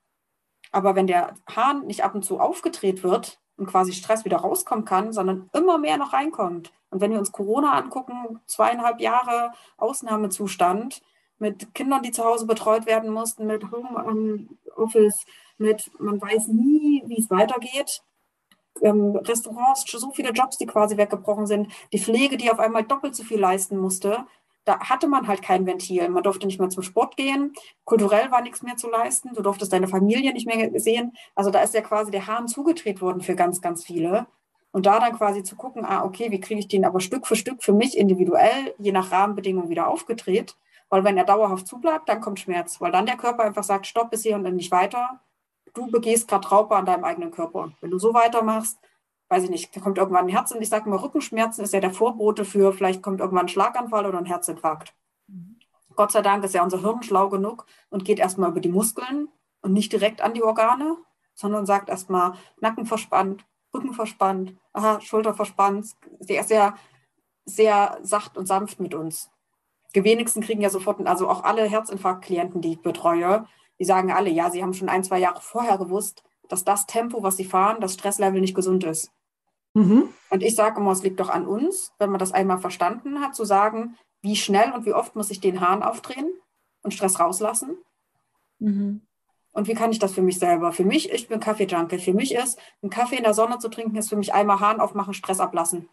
B: Aber wenn der Hahn nicht ab und zu aufgedreht wird und quasi Stress wieder rauskommen kann, sondern immer mehr noch reinkommt. Und wenn wir uns Corona angucken, zweieinhalb Jahre Ausnahmezustand mit Kindern, die zu Hause betreut werden mussten, mit Homeoffice, mit man weiß nie, wie es weitergeht. Ähm, Restaurants, so viele Jobs, die quasi weggebrochen sind. Die Pflege, die auf einmal doppelt so viel leisten musste. Da hatte man halt kein Ventil. Man durfte nicht mehr zum Sport gehen. Kulturell war nichts mehr zu leisten. Du durftest deine Familie nicht mehr sehen. Also da ist ja quasi der Hahn zugedreht worden für ganz, ganz viele. Und da dann quasi zu gucken, ah, okay, wie kriege ich den aber Stück für Stück für mich individuell, je nach Rahmenbedingungen wieder aufgedreht. Weil wenn er dauerhaft zubleibt, dann kommt Schmerz. Weil dann der Körper einfach sagt, stopp bis hier und dann nicht weiter. Du begehst gerade Raupe an deinem eigenen Körper. Wenn du so weitermachst, weiß ich nicht, da kommt irgendwann ein Herz. Und ich sage mal, Rückenschmerzen ist ja der Vorbote für, vielleicht kommt irgendwann ein Schlaganfall oder ein Herzinfarkt. Mhm. Gott sei Dank ist ja unser Hirn schlau genug und geht erstmal über die Muskeln und nicht direkt an die Organe, sondern sagt erstmal Nacken verspannt, Rücken verspannt, aha, Schulter verspannt. Der ist ja sehr sacht und sanft mit uns. Die wenigsten kriegen ja sofort, also auch alle Herzinfarktklienten, die ich betreue, die sagen alle, ja, sie haben schon ein, zwei Jahre vorher gewusst, dass das Tempo, was sie fahren, das Stresslevel nicht gesund ist. Mhm. Und ich sage immer, es liegt doch an uns, wenn man das einmal verstanden hat, zu sagen, wie schnell und wie oft muss ich den Hahn aufdrehen und Stress rauslassen. Mhm. Und wie kann ich das für mich selber? Für mich, ich bin Kaffee-Junkie. Für mich ist, einen Kaffee in der Sonne zu trinken, ist für mich einmal Hahn aufmachen, Stress ablassen.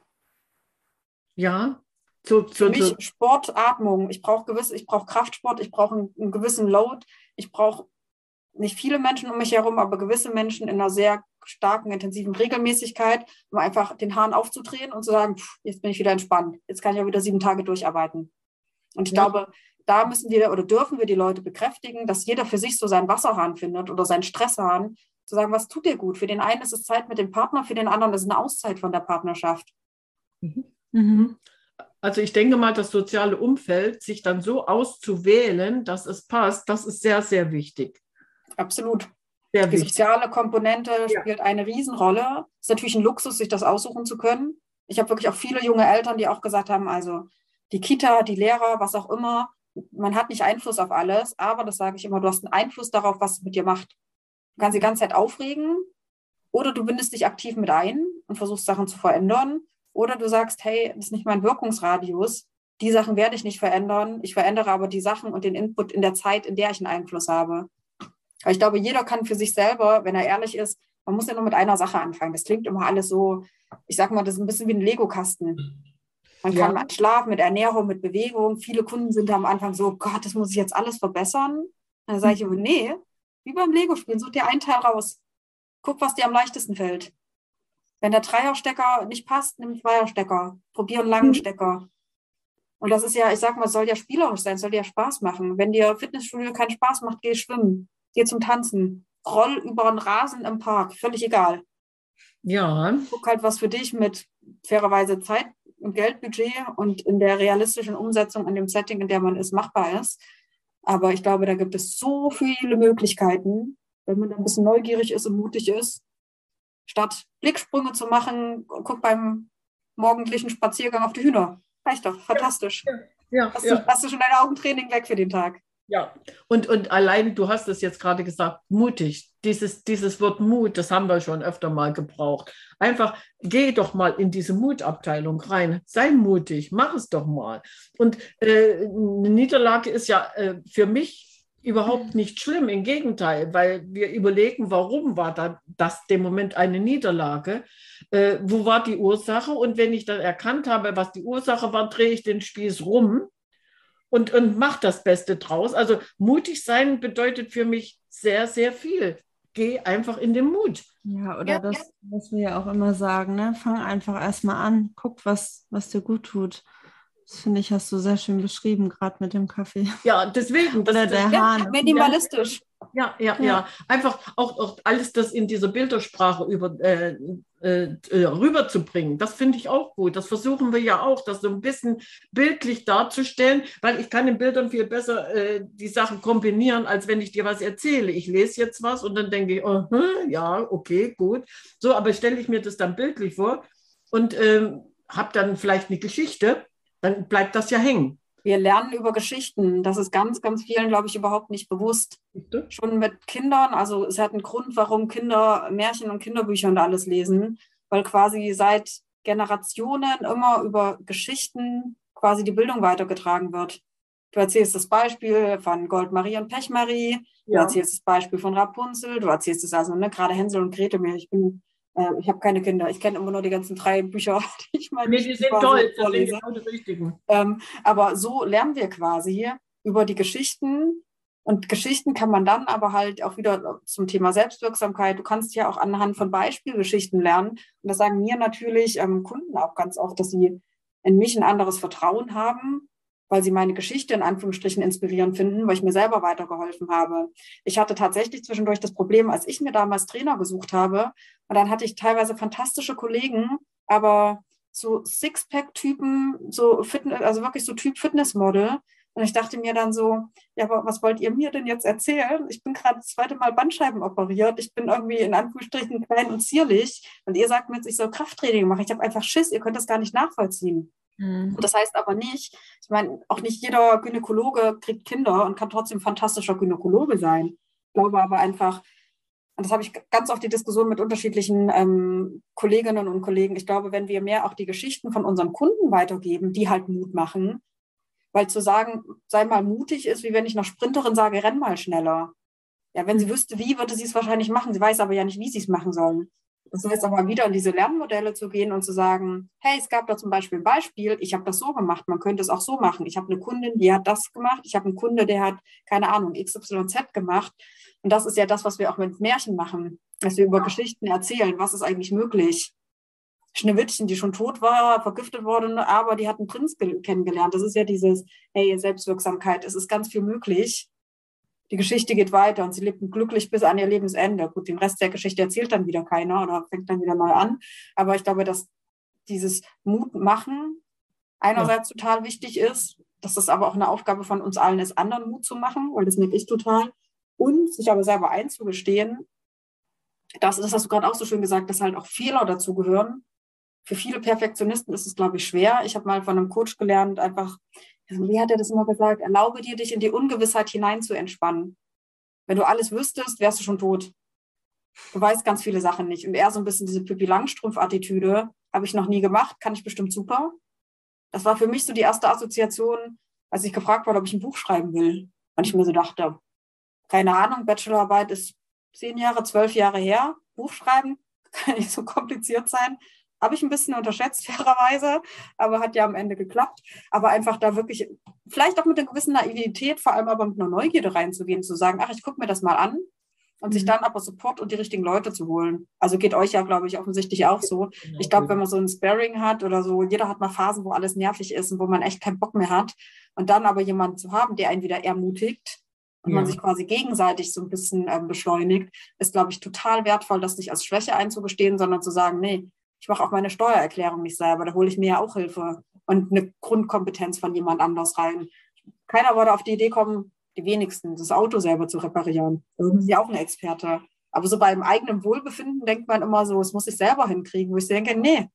A: Ja. Zu, zu,
B: für mich Sport, Atmung. Ich brauche gewiss, ich brauche Kraftsport, ich brauche einen, einen gewissen Load. Ich brauche nicht viele Menschen um mich herum, aber gewisse Menschen in einer sehr starken, intensiven Regelmäßigkeit, um einfach den Hahn aufzudrehen und zu sagen, pff, jetzt bin ich wieder entspannt. Jetzt kann ich ja wieder sieben Tage durcharbeiten. Und ich ja. glaube, da müssen wir oder dürfen wir die Leute bekräftigen, dass jeder für sich so seinen Wasserhahn findet oder seinen Stresshahn, Zu sagen, was tut dir gut? Für den einen ist es Zeit mit dem Partner, für den anderen ist es eine Auszeit von der Partnerschaft.
A: Mhm. Mhm. Also ich denke mal, das soziale Umfeld, sich dann so auszuwählen, dass es passt, das ist sehr, sehr wichtig.
B: Absolut.
A: Sehr
B: Die
A: wichtig.
B: soziale Komponente
A: Ja.
B: spielt eine Riesenrolle. Es ist natürlich ein Luxus, sich das aussuchen zu können. Ich habe wirklich auch viele junge Eltern, die auch gesagt haben, also die Kita, die Lehrer, was auch immer, man hat nicht Einfluss auf alles, aber das sage ich immer, du hast einen Einfluss darauf, was es mit dir macht. Du kannst die ganze Zeit aufregen oder du bindest dich aktiv mit ein und versuchst Sachen zu verändern oder du sagst, hey, das ist nicht mein Wirkungsradius, die Sachen werde ich nicht verändern, ich verändere aber die Sachen und den Input in der Zeit, in der ich einen Einfluss habe. Aber ich glaube, jeder kann für sich selber, wenn er ehrlich ist, man muss ja nur mit einer Sache anfangen. Das klingt immer alles so, ich sag mal, das ist ein bisschen wie ein Lego-Kasten. Man
A: Ja.
B: kann mit Schlaf, mit Ernährung, mit Bewegung. Viele Kunden sind da am Anfang so, Gott, das muss ich jetzt alles verbessern. Dann sage ich immer, nee, wie beim Lego-Spielen, such dir einen Teil raus. Guck, was dir am leichtesten fällt. Wenn der Dreierstecker nicht passt, nimm einen Zweierstecker. Probier einen langen Stecker. Und das ist ja, ich sag mal, es soll ja spielerisch sein, es soll dir ja Spaß machen. Wenn dir Fitnessstudio keinen Spaß macht, geh schwimmen, geh zum Tanzen, roll über einen Rasen im Park, völlig egal.
A: Ja.
B: Guck halt, was für dich mit fairerweise Zeit und Geldbudget und in der realistischen Umsetzung in dem Setting, in der man ist, machbar ist. Aber ich glaube, da gibt es so viele Möglichkeiten, wenn man da ein bisschen neugierig ist und mutig ist, statt Blicksprünge zu machen, guck beim morgendlichen Spaziergang auf die Hühner. Reicht doch, fantastisch.
A: Ja, ja,
B: hast,
A: ja.
B: Du, hast du schon dein Augentraining weg für den Tag?
A: Ja, und, und allein, du hast es jetzt gerade gesagt, mutig. Dieses, dieses Wort Mut, das haben wir schon öfter mal gebraucht. Einfach, geh doch mal in diese Mutabteilung rein. Sei mutig, mach es doch mal. Und äh, eine Niederlage ist ja äh, für mich überhaupt nicht schlimm, im Gegenteil, weil wir überlegen, warum war da das dem Moment eine Niederlage? Äh, wo war die Ursache? Und wenn ich dann erkannt habe, was die Ursache war, drehe ich den Spieß rum. Und, und mach das Beste draus. Also mutig sein bedeutet für mich sehr, sehr viel. Geh einfach in den Mut.
C: Ja, oder
B: Ja,
C: das,
B: ja.
C: was wir ja auch immer sagen, ne? Fang einfach erstmal an, guck, was, was dir gut tut. Das finde ich, hast du sehr schön beschrieben, gerade mit dem Kaffee.
A: Ja, deswegen. Das,
C: Oder der
A: das,
C: Hahn.
B: Ja, minimalistisch.
A: Ja, ja, ja,
C: Ja.
A: Einfach auch, auch alles das in dieser Bildersprache über, äh, äh, rüberzubringen. Das finde ich auch gut. Das versuchen wir ja auch, das so ein bisschen bildlich darzustellen, weil ich kann in Bildern viel besser äh, die Sachen kombinieren, als wenn ich dir was erzähle. Ich lese jetzt was und dann denke ich, oh, hm, ja, okay, gut. So, aber stelle ich mir das dann bildlich vor und ähm, habe dann vielleicht eine Geschichte, dann bleibt das ja hängen.
B: Wir lernen über Geschichten. Das ist ganz, ganz vielen, glaube ich, überhaupt nicht bewusst.
A: Bitte?
B: Schon mit Kindern, also es hat einen Grund, warum Kinder Märchen und Kinderbücher und alles lesen, weil quasi seit Generationen immer über Geschichten quasi die Bildung weitergetragen wird. Du erzählst das Beispiel von Goldmarie und Pechmarie, du
A: Ja.
B: erzählst das Beispiel von Rapunzel, du erzählst es also, ne, gerade Hänsel und Gretel mir. Ich bin, äh, ich habe keine Kinder, ich kenne immer nur die ganzen drei Bücher, die ich mal
A: Nee, die sind
B: quasi
A: toll, das sind
B: vorlese.
A: genau die richtigen.
B: Ähm, aber so lernen wir quasi über die Geschichten. Und Geschichten kann man dann aber halt auch wieder zum Thema Selbstwirksamkeit. Du kannst ja auch anhand von Beispielgeschichten lernen. Und das sagen mir natürlich ähm, Kunden auch ganz oft, dass sie in mich ein anderes Vertrauen haben, weil sie meine Geschichte in Anführungsstrichen inspirierend finden, weil ich mir selber weitergeholfen habe. Ich hatte tatsächlich zwischendurch das Problem, als ich mir damals Trainer gesucht habe, und dann hatte ich teilweise fantastische Kollegen, aber so Sixpack-Typen, so Fitness, also wirklich so Typ Fitnessmodel. Und ich dachte mir dann so, ja, aber was wollt ihr mir denn jetzt erzählen? Ich bin gerade das zweite Mal Bandscheiben operiert. Ich bin irgendwie in Anführungsstrichen klein und zierlich. Und ihr sagt mir jetzt, ich soll Krafttraining machen. Ich habe einfach Schiss. Ihr könnt das gar nicht nachvollziehen.
C: Mhm.
B: Und das heißt aber nicht, ich meine, auch nicht jeder Gynäkologe kriegt Kinder und kann trotzdem fantastischer Gynäkologe sein. Ich glaube aber einfach, und das habe ich ganz oft die Diskussion mit unterschiedlichen ähm, Kolleginnen und Kollegen, ich glaube, wenn wir mehr auch die Geschichten von unseren Kunden weitergeben, die halt Mut machen, weil zu sagen, sei mal mutig ist, wie wenn ich einer Sprinterin sage, renn mal schneller. Ja, wenn sie wüsste, wie, würde sie es wahrscheinlich machen. Sie weiß aber ja nicht, wie sie es machen soll. Das heißt aber wieder in diese Lernmodelle zu gehen und zu sagen, hey, es gab da zum Beispiel ein Beispiel, ich habe das so gemacht, man könnte es auch so machen. Ich habe eine Kundin, die hat das gemacht, ich habe einen Kunde, der hat, keine Ahnung, X Y Z gemacht. Und das ist ja das, was wir auch mit Märchen machen, dass wir über ja. Geschichten erzählen, was ist eigentlich möglich. Schneewittchen, die schon tot war, vergiftet wurde, aber die hat einen Prinz kennengelernt. Das ist ja dieses, hey, Selbstwirksamkeit, es ist ganz viel möglich. die Geschichte geht weiter und sie lebten glücklich bis an ihr Lebensende. Gut, den Rest der Geschichte erzählt dann wieder keiner oder fängt dann wieder neu an. Aber ich glaube, dass dieses Mut machen einerseits ja. total wichtig ist, dass das aber auch eine Aufgabe von uns allen ist, anderen Mut zu machen, weil das merke ich total. Und sich aber selber einzugestehen, das, das hast du gerade auch so schön gesagt, dass halt auch Fehler dazu gehören. Für viele Perfektionisten ist es, glaube ich, schwer. Ich habe mal von einem Coach gelernt, einfach, wie hat er das immer gesagt, erlaube dir, dich in die Ungewissheit hinein zu entspannen. Wenn du alles wüsstest, wärst du schon tot. Du weißt ganz viele Sachen nicht. Und eher so ein bisschen diese Pippi-Langstrumpf-Attitüde, habe ich noch nie gemacht, kann ich bestimmt super. Das war für mich so die erste Assoziation, als ich gefragt wurde, ob ich ein Buch schreiben will. Und ich mir so dachte, keine Ahnung, Bachelorarbeit ist zehn Jahre, zwölf Jahre her. Buch schreiben kann nicht so kompliziert sein. Habe ich ein bisschen unterschätzt, fairerweise, aber hat ja am Ende geklappt. Aber einfach da wirklich, vielleicht auch mit einer gewissen Naivität, vor allem aber mit einer Neugierde reinzugehen, zu sagen, ach, ich gucke mir das mal an und mhm. sich dann aber Support und die richtigen Leute zu holen. Also geht euch ja, glaube ich, offensichtlich auch so. Ich glaube, wenn man so ein Sparring hat oder so, jeder hat mal Phasen, wo alles nervig ist und wo man echt keinen Bock mehr hat. Und dann aber jemanden zu haben, der einen wieder ermutigt, und ja. man sich quasi gegenseitig so ein bisschen ähm, beschleunigt, ist, glaube ich, total wertvoll, das nicht als Schwäche einzugestehen, sondern zu sagen, nee, ich mache auch meine Steuererklärung nicht selber, da hole ich mir ja auch Hilfe und eine Grundkompetenz von jemand anders rein. Keiner würde auf die Idee kommen, die wenigsten, das Auto selber zu reparieren. Da sind sie auch ein Experte. Aber so beim eigenen Wohlbefinden denkt man immer so, es muss ich selber hinkriegen, wo ich denke, nee,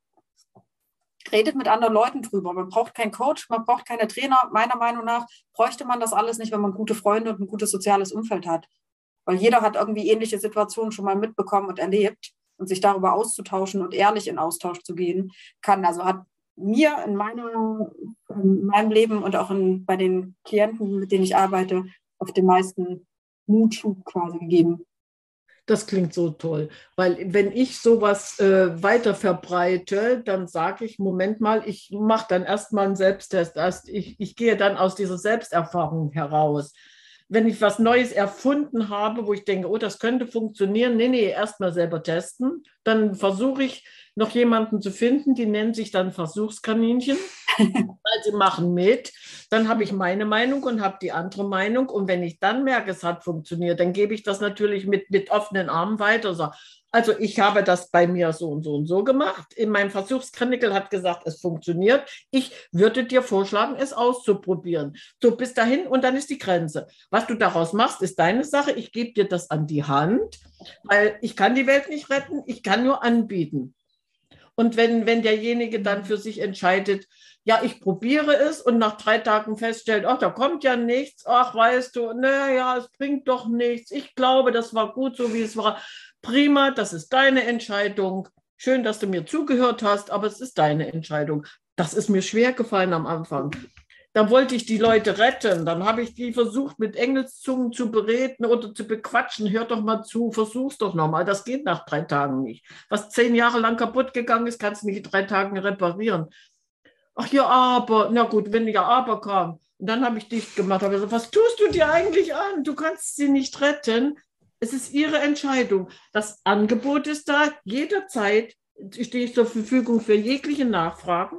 B: redet mit anderen Leuten drüber. Man braucht keinen Coach, man braucht keine Trainer. Meiner Meinung nach bräuchte man das alles nicht, wenn man gute Freunde und ein gutes soziales Umfeld hat. Weil jeder hat irgendwie ähnliche Situationen schon mal mitbekommen und erlebt. Und sich darüber auszutauschen und ehrlich in Austausch zu gehen kann. Also hat mir in, meiner, in meinem Leben und auch in, bei den Klienten, mit denen ich arbeite, auf den meisten Mutschub quasi gegeben.
A: Das klingt so toll, weil wenn ich sowas äh, weiter verbreite, dann sage ich, Moment mal, ich mache dann erstmal einen Selbsttest. Erst ich, ich gehe dann aus dieser Selbsterfahrung heraus. Wenn ich was Neues erfunden habe, wo ich denke, oh, das könnte funktionieren, nee, nee, erstmal selber testen. Dann versuche ich noch jemanden zu finden, die nennen sich dann Versuchskaninchen, weil sie machen mit. Dann habe ich meine Meinung und habe die andere Meinung. Und wenn ich dann merke, es hat funktioniert, dann gebe ich das natürlich mit, mit offenen Armen weiter. So. Also ich habe das bei mir so und so und so gemacht. In meinem Versuchskanickel hat gesagt, es funktioniert. Ich würde dir vorschlagen, es auszuprobieren. So, bis dahin und dann ist die Grenze. Was du daraus machst, ist deine Sache. Ich gebe dir das an die Hand, weil ich kann die Welt nicht retten. Ich kann nur anbieten. Und wenn, wenn derjenige dann für sich entscheidet, ja, ich probiere es und nach drei Tagen feststellt, ach, da kommt ja nichts, ach, weißt du, naja, es bringt doch nichts. Ich glaube, das war gut, so wie es war. Prima, das ist deine Entscheidung. Schön, dass du mir zugehört hast, aber es ist deine Entscheidung. Das ist mir schwer gefallen am Anfang. Dann wollte ich die Leute retten. Dann habe ich die versucht, mit Engelszungen zu bereden oder zu bequatschen. Hör doch mal zu, versuch's doch nochmal. Das geht nach drei Tagen nicht. Was zehn Jahre lang kaputt gegangen ist, kannst du nicht in drei Tagen reparieren. Ach ja, aber, na gut, wenn ja, aber kam. Und dann habe ich dicht gemacht. Habe gesagt, was tust du dir eigentlich an? Du kannst sie nicht retten. Es ist ihre Entscheidung. Das Angebot ist da. Jederzeit stehe ich zur Verfügung für jegliche Nachfragen.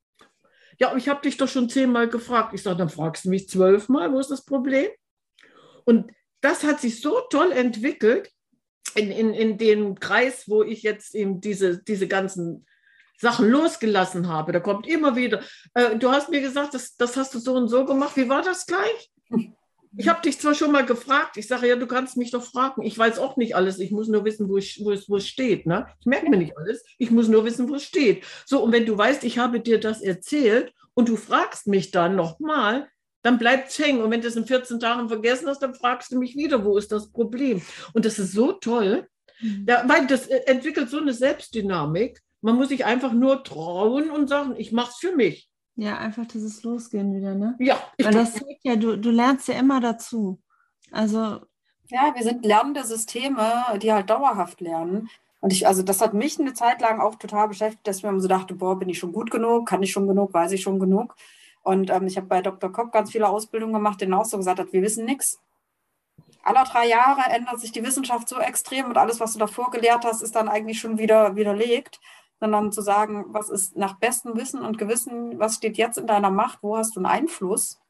A: Ja, ich habe dich doch schon zehnmal gefragt. Ich sage, dann fragst du mich zwölfmal. Wo ist das Problem? Und das hat sich so toll entwickelt in, in, in dem Kreis, wo ich jetzt eben diese, diese ganzen Sachen losgelassen habe. Da kommt immer wieder, äh, du hast mir gesagt, das, das hast du so und so gemacht. Wie war das gleich? Ich habe dich zwar schon mal gefragt, ich sage, ja, du kannst mich doch fragen. Ich weiß auch nicht alles, ich muss nur wissen, wo, ich, wo, es, wo es steht. Ne? Ich merke mir nicht alles, ich muss nur wissen, wo es steht. So, und wenn du weißt, ich habe dir das erzählt und du fragst mich dann nochmal, dann bleibt es hängen. Und wenn du es in vierzehn Tagen vergessen hast, dann fragst du mich wieder, wo ist das Problem? Und das ist so toll, mhm. ja, weil das entwickelt so eine Selbstdynamik. Man muss sich einfach nur trauen und sagen, ich mache es für mich.
C: Ja, einfach dieses Losgehen wieder, ne?
A: Ja.
C: Weil das zeigt ja, du, du lernst ja immer dazu. Also.
B: Ja, wir sind lernende Systeme, die halt dauerhaft lernen. Und ich, also das hat mich eine Zeit lang auch total beschäftigt, dass ich mir so dachte, boah, bin ich schon gut genug, kann ich schon genug, weiß ich schon genug. Und ähm, ich habe bei Doktor Kopp ganz viele Ausbildungen gemacht, der auch so gesagt hat, wir wissen nichts. Alle drei Jahre ändert sich die Wissenschaft so extrem und alles, was du davor gelehrt hast, ist dann eigentlich schon wieder widerlegt. Sondern zu sagen, was ist nach bestem Wissen und Gewissen, was steht jetzt in deiner Macht, wo hast du einen Einfluss?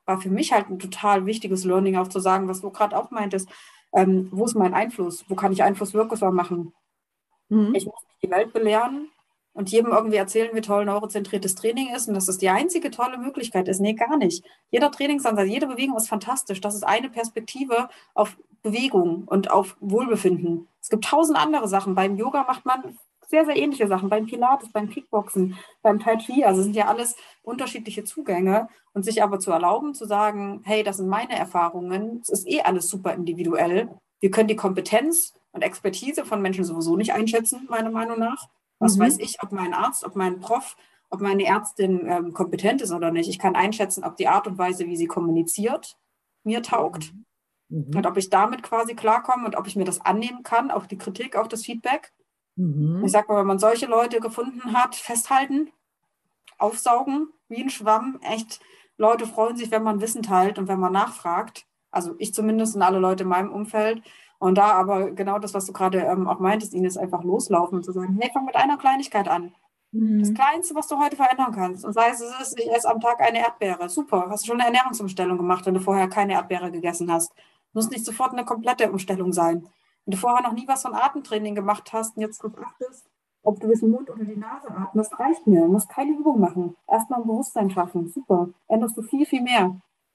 B: war für mich halt ein total wichtiges Learning, auch zu sagen, was du gerade auch meintest, ähm, wo ist mein Einfluss? Wo kann ich Einfluss wirksam machen?
A: Mhm.
B: Ich muss nicht die Welt belehren und jedem irgendwie erzählen, wie toll neurozentriertes Training ist und dass es die einzige tolle Möglichkeit ist. Nee, gar nicht. Jeder Trainingsansatz, jede Bewegung ist fantastisch. Das ist eine Perspektive auf Bewegung und auf Wohlbefinden. Es gibt tausend andere Sachen. Beim Yoga macht man sehr, sehr ähnliche Sachen. Beim Pilates, beim Kickboxen, beim Tai Chi. Also sind ja alles unterschiedliche Zugänge. Und sich aber zu erlauben, zu sagen, hey, das sind meine Erfahrungen. Es ist eh alles super individuell. Wir können die Kompetenz und Expertise von Menschen sowieso nicht einschätzen, meiner Meinung nach. Was
A: Mhm.
B: weiß ich, ob mein Arzt, ob mein Prof, ob meine Ärztin ähm, kompetent ist oder nicht. Ich kann einschätzen, ob die Art und Weise, wie sie kommuniziert, mir taugt.
A: Mhm.
B: Und ob ich damit quasi klarkomme und ob ich mir das annehmen kann, auch die Kritik, auch das Feedback.
A: Mhm.
B: Ich sag mal, wenn man solche Leute gefunden hat, festhalten, aufsaugen, wie ein Schwamm. Echt, Leute freuen sich, wenn man Wissen teilt und wenn man nachfragt. Also ich zumindest und alle Leute in meinem Umfeld. Und da aber genau das, was du gerade ähm, auch meintest, Ines, einfach loslaufen und zu sagen, hey, fang mit einer Kleinigkeit an.
C: Mhm.
B: Das Kleinste, was du heute verändern kannst. Und sei es, es ist, ich esse am Tag eine Erdbeere. Super, hast du schon eine Ernährungsumstellung gemacht, wenn du vorher keine Erdbeere gegessen hast. Muss nicht sofort eine komplette Umstellung sein. Wenn du vorher noch nie was von Atemtraining gemacht hast und jetzt darauf achtest, ob du durch den Mund oder die Nase atmest, reicht mir. Du musst keine Übung machen. Erstmal ein Bewusstsein schaffen. Super. Änderst du viel, viel mehr.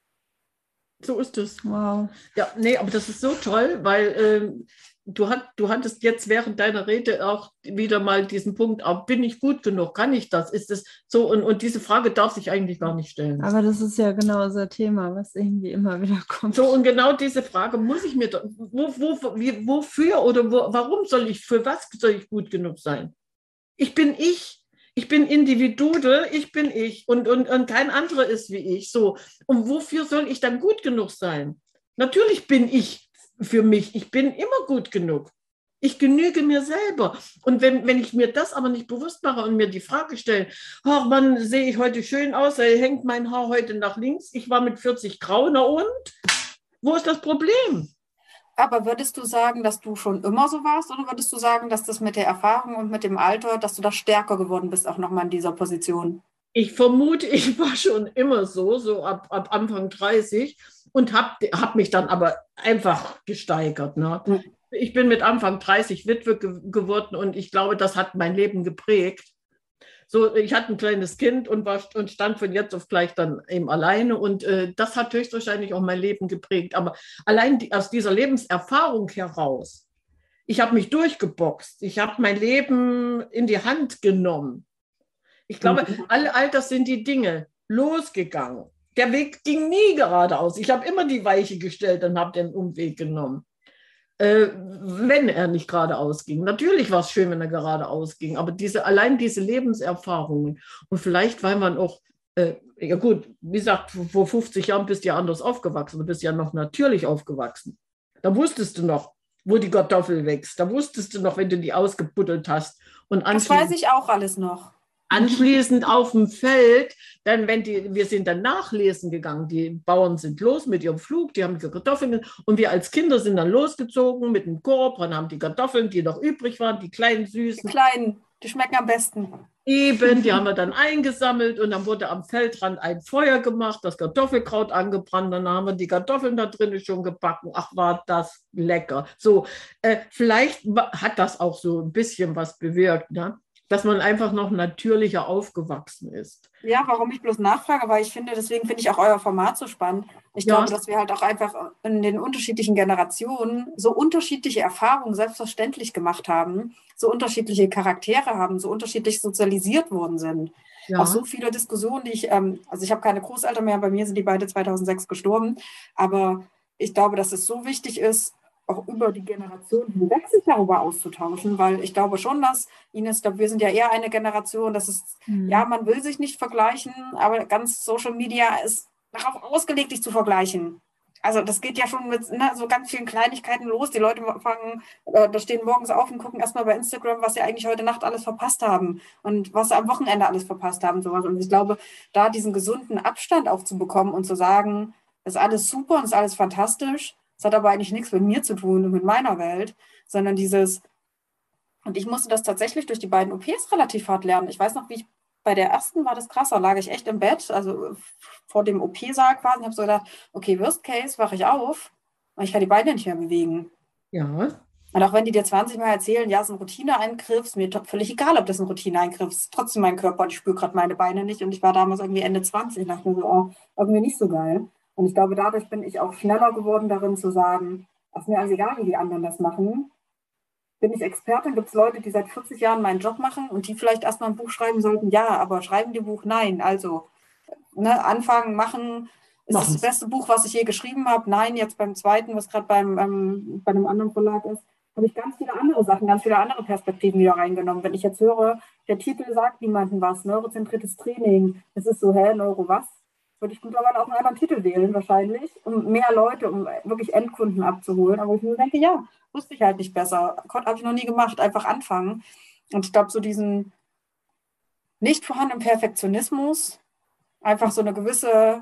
A: So ist es.
C: Wow.
A: Ja, nee, aber das ist so toll, weil ähm, du, hat, du hattest jetzt während deiner Rede auch wieder mal diesen Punkt, auch, bin ich gut genug, kann ich das? Ist es so? Und, und diese Frage darf sich eigentlich gar nicht stellen.
C: Aber das ist ja genau unser Thema, was irgendwie immer wieder kommt.
A: So, und genau diese Frage muss ich mir, doch- wo, wo, wie, wofür oder wo, warum soll ich, für was soll ich gut genug sein? Ich bin ich. Ich bin Individuum, ich bin ich und, und, und kein anderer ist wie ich. So. Und wofür soll ich dann gut genug sein? Natürlich bin ich für mich. Ich bin immer gut genug. Ich genüge mir selber. Und wenn, wenn ich mir das aber nicht bewusst mache und mir die Frage stelle, ach Mann, sehe ich heute schön aus, hängt mein Haar heute nach links, ich war mit vierzig grau, na und? Wo ist das Problem?
B: Aber würdest du sagen, dass du schon immer so warst oder würdest du sagen, dass das mit der Erfahrung und mit dem Alter, dass du da stärker geworden bist, auch nochmal in dieser Position?
A: Ich vermute, ich war schon immer so, so ab, ab Anfang dreißig und habe hab mich dann aber einfach gesteigert. Ne?
B: Mhm.
A: Ich bin mit Anfang dreißig Witwe ge geworden und ich glaube, das hat mein Leben geprägt. So, ich hatte ein kleines Kind und, war, und stand von jetzt auf gleich dann eben alleine und äh, das hat höchstwahrscheinlich auch mein Leben geprägt. Aber allein die, aus dieser Lebenserfahrung heraus, ich habe mich durchgeboxt, ich habe mein Leben in die Hand genommen. Ich glaube,
B: Mhm.
A: all, all das sind die Dinge. Losgegangen. Der Weg ging nie geradeaus. Ich habe immer die Weiche gestellt und habe den Umweg genommen. Äh, wenn er nicht geradeaus ging. Natürlich war es schön, wenn er geradeaus ging, aber diese, allein diese Lebenserfahrungen und vielleicht, weil man auch, äh, ja gut, wie gesagt, vor fünfzig Jahren bist du ja anders aufgewachsen, du bist ja noch natürlich aufgewachsen. Da wusstest du noch, wo die Kartoffel wächst. Da wusstest du noch, wenn du die ausgebuddelt hast. Und
B: Das weiß ich auch alles noch.
A: Anschließend auf dem Feld, dann, wenn die, wir sind dann nachlesen gegangen, die Bauern sind los mit ihrem Flug, die haben die Kartoffeln und wir als Kinder sind dann losgezogen mit dem Korb und haben die Kartoffeln, die noch übrig waren, die kleinen
B: Die
A: süßen,
B: kleinen, die schmecken am besten.
A: eben, die haben wir dann eingesammelt und dann wurde am Feldrand ein Feuer gemacht, das Kartoffelkraut angebrannt, dann haben wir die Kartoffeln da drinnen schon gebacken. Ach, war das lecker. So, äh, vielleicht hat das auch so ein bisschen was bewirkt, ne? Dass man einfach noch natürlicher aufgewachsen ist.
B: Ja, warum ich bloß nachfrage, weil ich finde, deswegen finde ich auch euer Format so spannend. Ich
A: Ja.
B: glaube, dass wir halt auch einfach in den unterschiedlichen Generationen so unterschiedliche Erfahrungen selbstverständlich gemacht haben, so unterschiedliche Charaktere haben, so unterschiedlich sozialisiert worden sind.
A: Ja.
B: Auch so viele Diskussionen, die ich, ähm, also ich habe keine Großeltern mehr, bei mir sind die beide zweitausendsechs gestorben, aber ich glaube, dass es so wichtig ist, auch über die Generation hinweg sich darüber auszutauschen, weil ich glaube schon, dass, Ines, ich glaube, wir sind ja eher eine Generation, dass es,
C: Mhm.
B: ja, man will sich nicht vergleichen, aber ganz Social Media ist darauf ausgelegt, dich zu vergleichen. Also das geht ja schon mit ne, so ganz vielen Kleinigkeiten los. Die Leute fangen, äh, da stehen morgens auf und gucken erstmal bei Instagram, was sie eigentlich heute Nacht alles verpasst haben und was sie am Wochenende alles verpasst haben. Sowas. Und ich glaube, da diesen gesunden Abstand auch zu bekommen und zu sagen, ist alles super und ist alles fantastisch, das hat aber eigentlich nichts mit mir zu tun und mit meiner Welt, sondern dieses, und ich musste das tatsächlich durch die beiden O Ps relativ hart lernen. Ich weiß noch, wie ich bei der ersten war das krasser, lag ich echt im Bett, also vor dem O P-Saal quasi, und habe so gedacht, okay, Worst Case, wache ich auf und ich kann die Beine nicht mehr bewegen.
A: Ja.
B: Und auch wenn die dir zwanzig Mal erzählen, ja, es ist ein Routineeingriff, ist mir doch völlig egal, ob das ein Routineeingriff ist. Trotzdem mein Körper und ich spüre gerade meine Beine nicht. Und ich war damals irgendwie Ende zwanzig und dachte mir so, oh, irgendwie nicht so geil. Und ich glaube, dadurch bin ich auch schneller geworden darin zu sagen, ist mir also egal, wie die anderen das machen. Bin ich Expertin? Gibt es Leute, die seit vierzig Jahren meinen Job machen und die vielleicht erstmal ein Buch schreiben sollten? Ja, aber schreiben die Buch? Nein. Also ne, anfangen, machen. Ist das das beste Buch, was ich je geschrieben habe? Nein, jetzt beim zweiten, was gerade beim ähm, bei einem anderen Verlag ist, habe ich ganz viele andere Sachen, ganz viele andere Perspektiven wieder reingenommen. Wenn ich jetzt höre, der Titel sagt niemandem was, neurozentriertes Training, das ist so, hä, Neuro was? Würde ich mittlerweile auch einen anderen Titel wählen wahrscheinlich, um mehr Leute, um wirklich Endkunden abzuholen. Aber ich mir denke, ja, wusste ich halt nicht besser. Habe ich noch nie gemacht, einfach anfangen. Und ich glaube, so diesen nicht vorhandenen Perfektionismus, einfach so eine gewisse,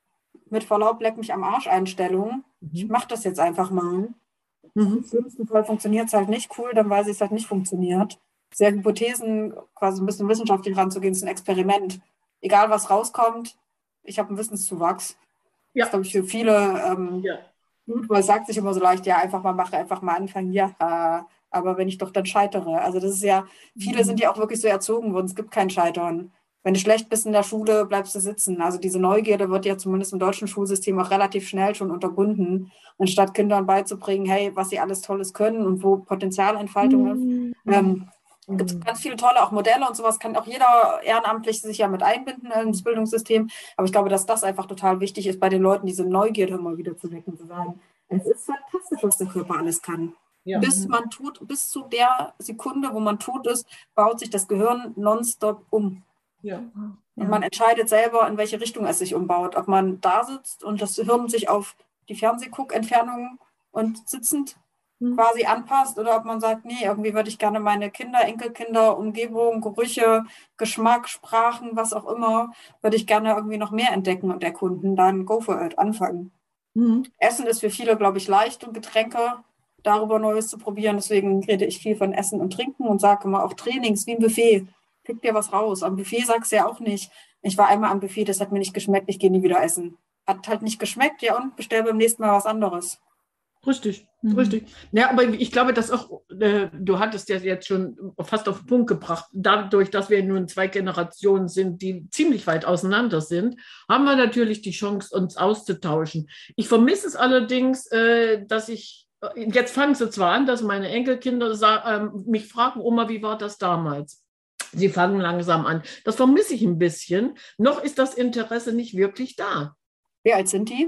B: mit Verlaub, leck mich am Arsch Einstellung. Mhm. Ich mache das jetzt einfach mal. Mhm. Im schlimmsten Fall funktioniert es halt nicht, cool, dann weiß ich, es halt nicht funktioniert. Sehr Hypothesen, quasi ein bisschen wissenschaftlich ranzugehen, ist ein Experiment. Egal, was rauskommt, ich habe einen Wissenszuwachs. Ja. Das ist, glaube ich, für viele ähm, ja. gut, weil es sagt sich immer so leicht, ja, einfach mal mache, einfach mal anfangen, ja, äh, aber wenn ich doch dann scheitere. Also das ist ja, viele mhm. sind ja auch wirklich so erzogen worden, es gibt kein Scheitern. Wenn du schlecht bist in der Schule, bleibst du sitzen. Also diese Neugierde wird ja zumindest im deutschen Schulsystem auch relativ schnell schon unterbunden, anstatt Kindern beizubringen, hey, was sie alles Tolles können und wo Potenzialentfaltung ist. Mhm. Ähm, mhm. Gibt es ganz viele tolle auch Modelle und sowas, kann auch jeder ehrenamtlich sich ja mit einbinden ins Bildungssystem. Aber ich glaube, dass das einfach total wichtig ist, bei den Leuten diese Neugierde immer wieder zu wecken, zu sagen, es ist fantastisch, was der Körper alles kann. Ja. Bis man tut, bis zu der Sekunde, wo man tot ist, baut sich das Gehirn nonstop um. Ja. Und man entscheidet selber, in welche Richtung es sich umbaut. Ob man da sitzt und das Hirn sich auf die Fernsehguckentfernung und sitzend mhm. quasi anpasst oder ob man sagt, nee, irgendwie würde ich gerne meine Kinder, Enkelkinder, Umgebung, Gerüche, Geschmack, Sprachen, was auch immer, würde ich gerne irgendwie noch mehr entdecken und erkunden. Dann go for it, anfangen. Mhm. Essen ist für viele, glaube ich, leicht und Getränke, darüber Neues zu probieren. Deswegen rede ich viel von Essen und Trinken und sage immer auch Trainings wie ein Buffet. Pick dir was raus. Am Buffet sagst du ja auch nicht, ich war einmal am Buffet, das hat mir nicht geschmeckt, ich gehe nie wieder essen. Hat halt nicht geschmeckt, ja und bestell beim nächsten Mal was anderes.
A: Richtig, mhm. richtig. Ja, aber ich glaube, dass auch, äh, du hattest ja jetzt schon fast auf den Punkt gebracht, dadurch, dass wir nun zwei Generationen sind, die ziemlich weit auseinander sind, haben wir natürlich die Chance, uns auszutauschen. Ich vermisse es allerdings, äh, dass ich, jetzt fangen sie zwar an, dass meine Enkelkinder äh, mich fragen, Oma, wie war das damals? Sie fangen langsam an. Das vermisse ich ein bisschen. Noch ist das Interesse nicht wirklich da.
B: Wie alt sind die?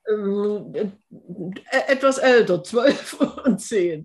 A: Äh, etwas älter, zwölf und zehn.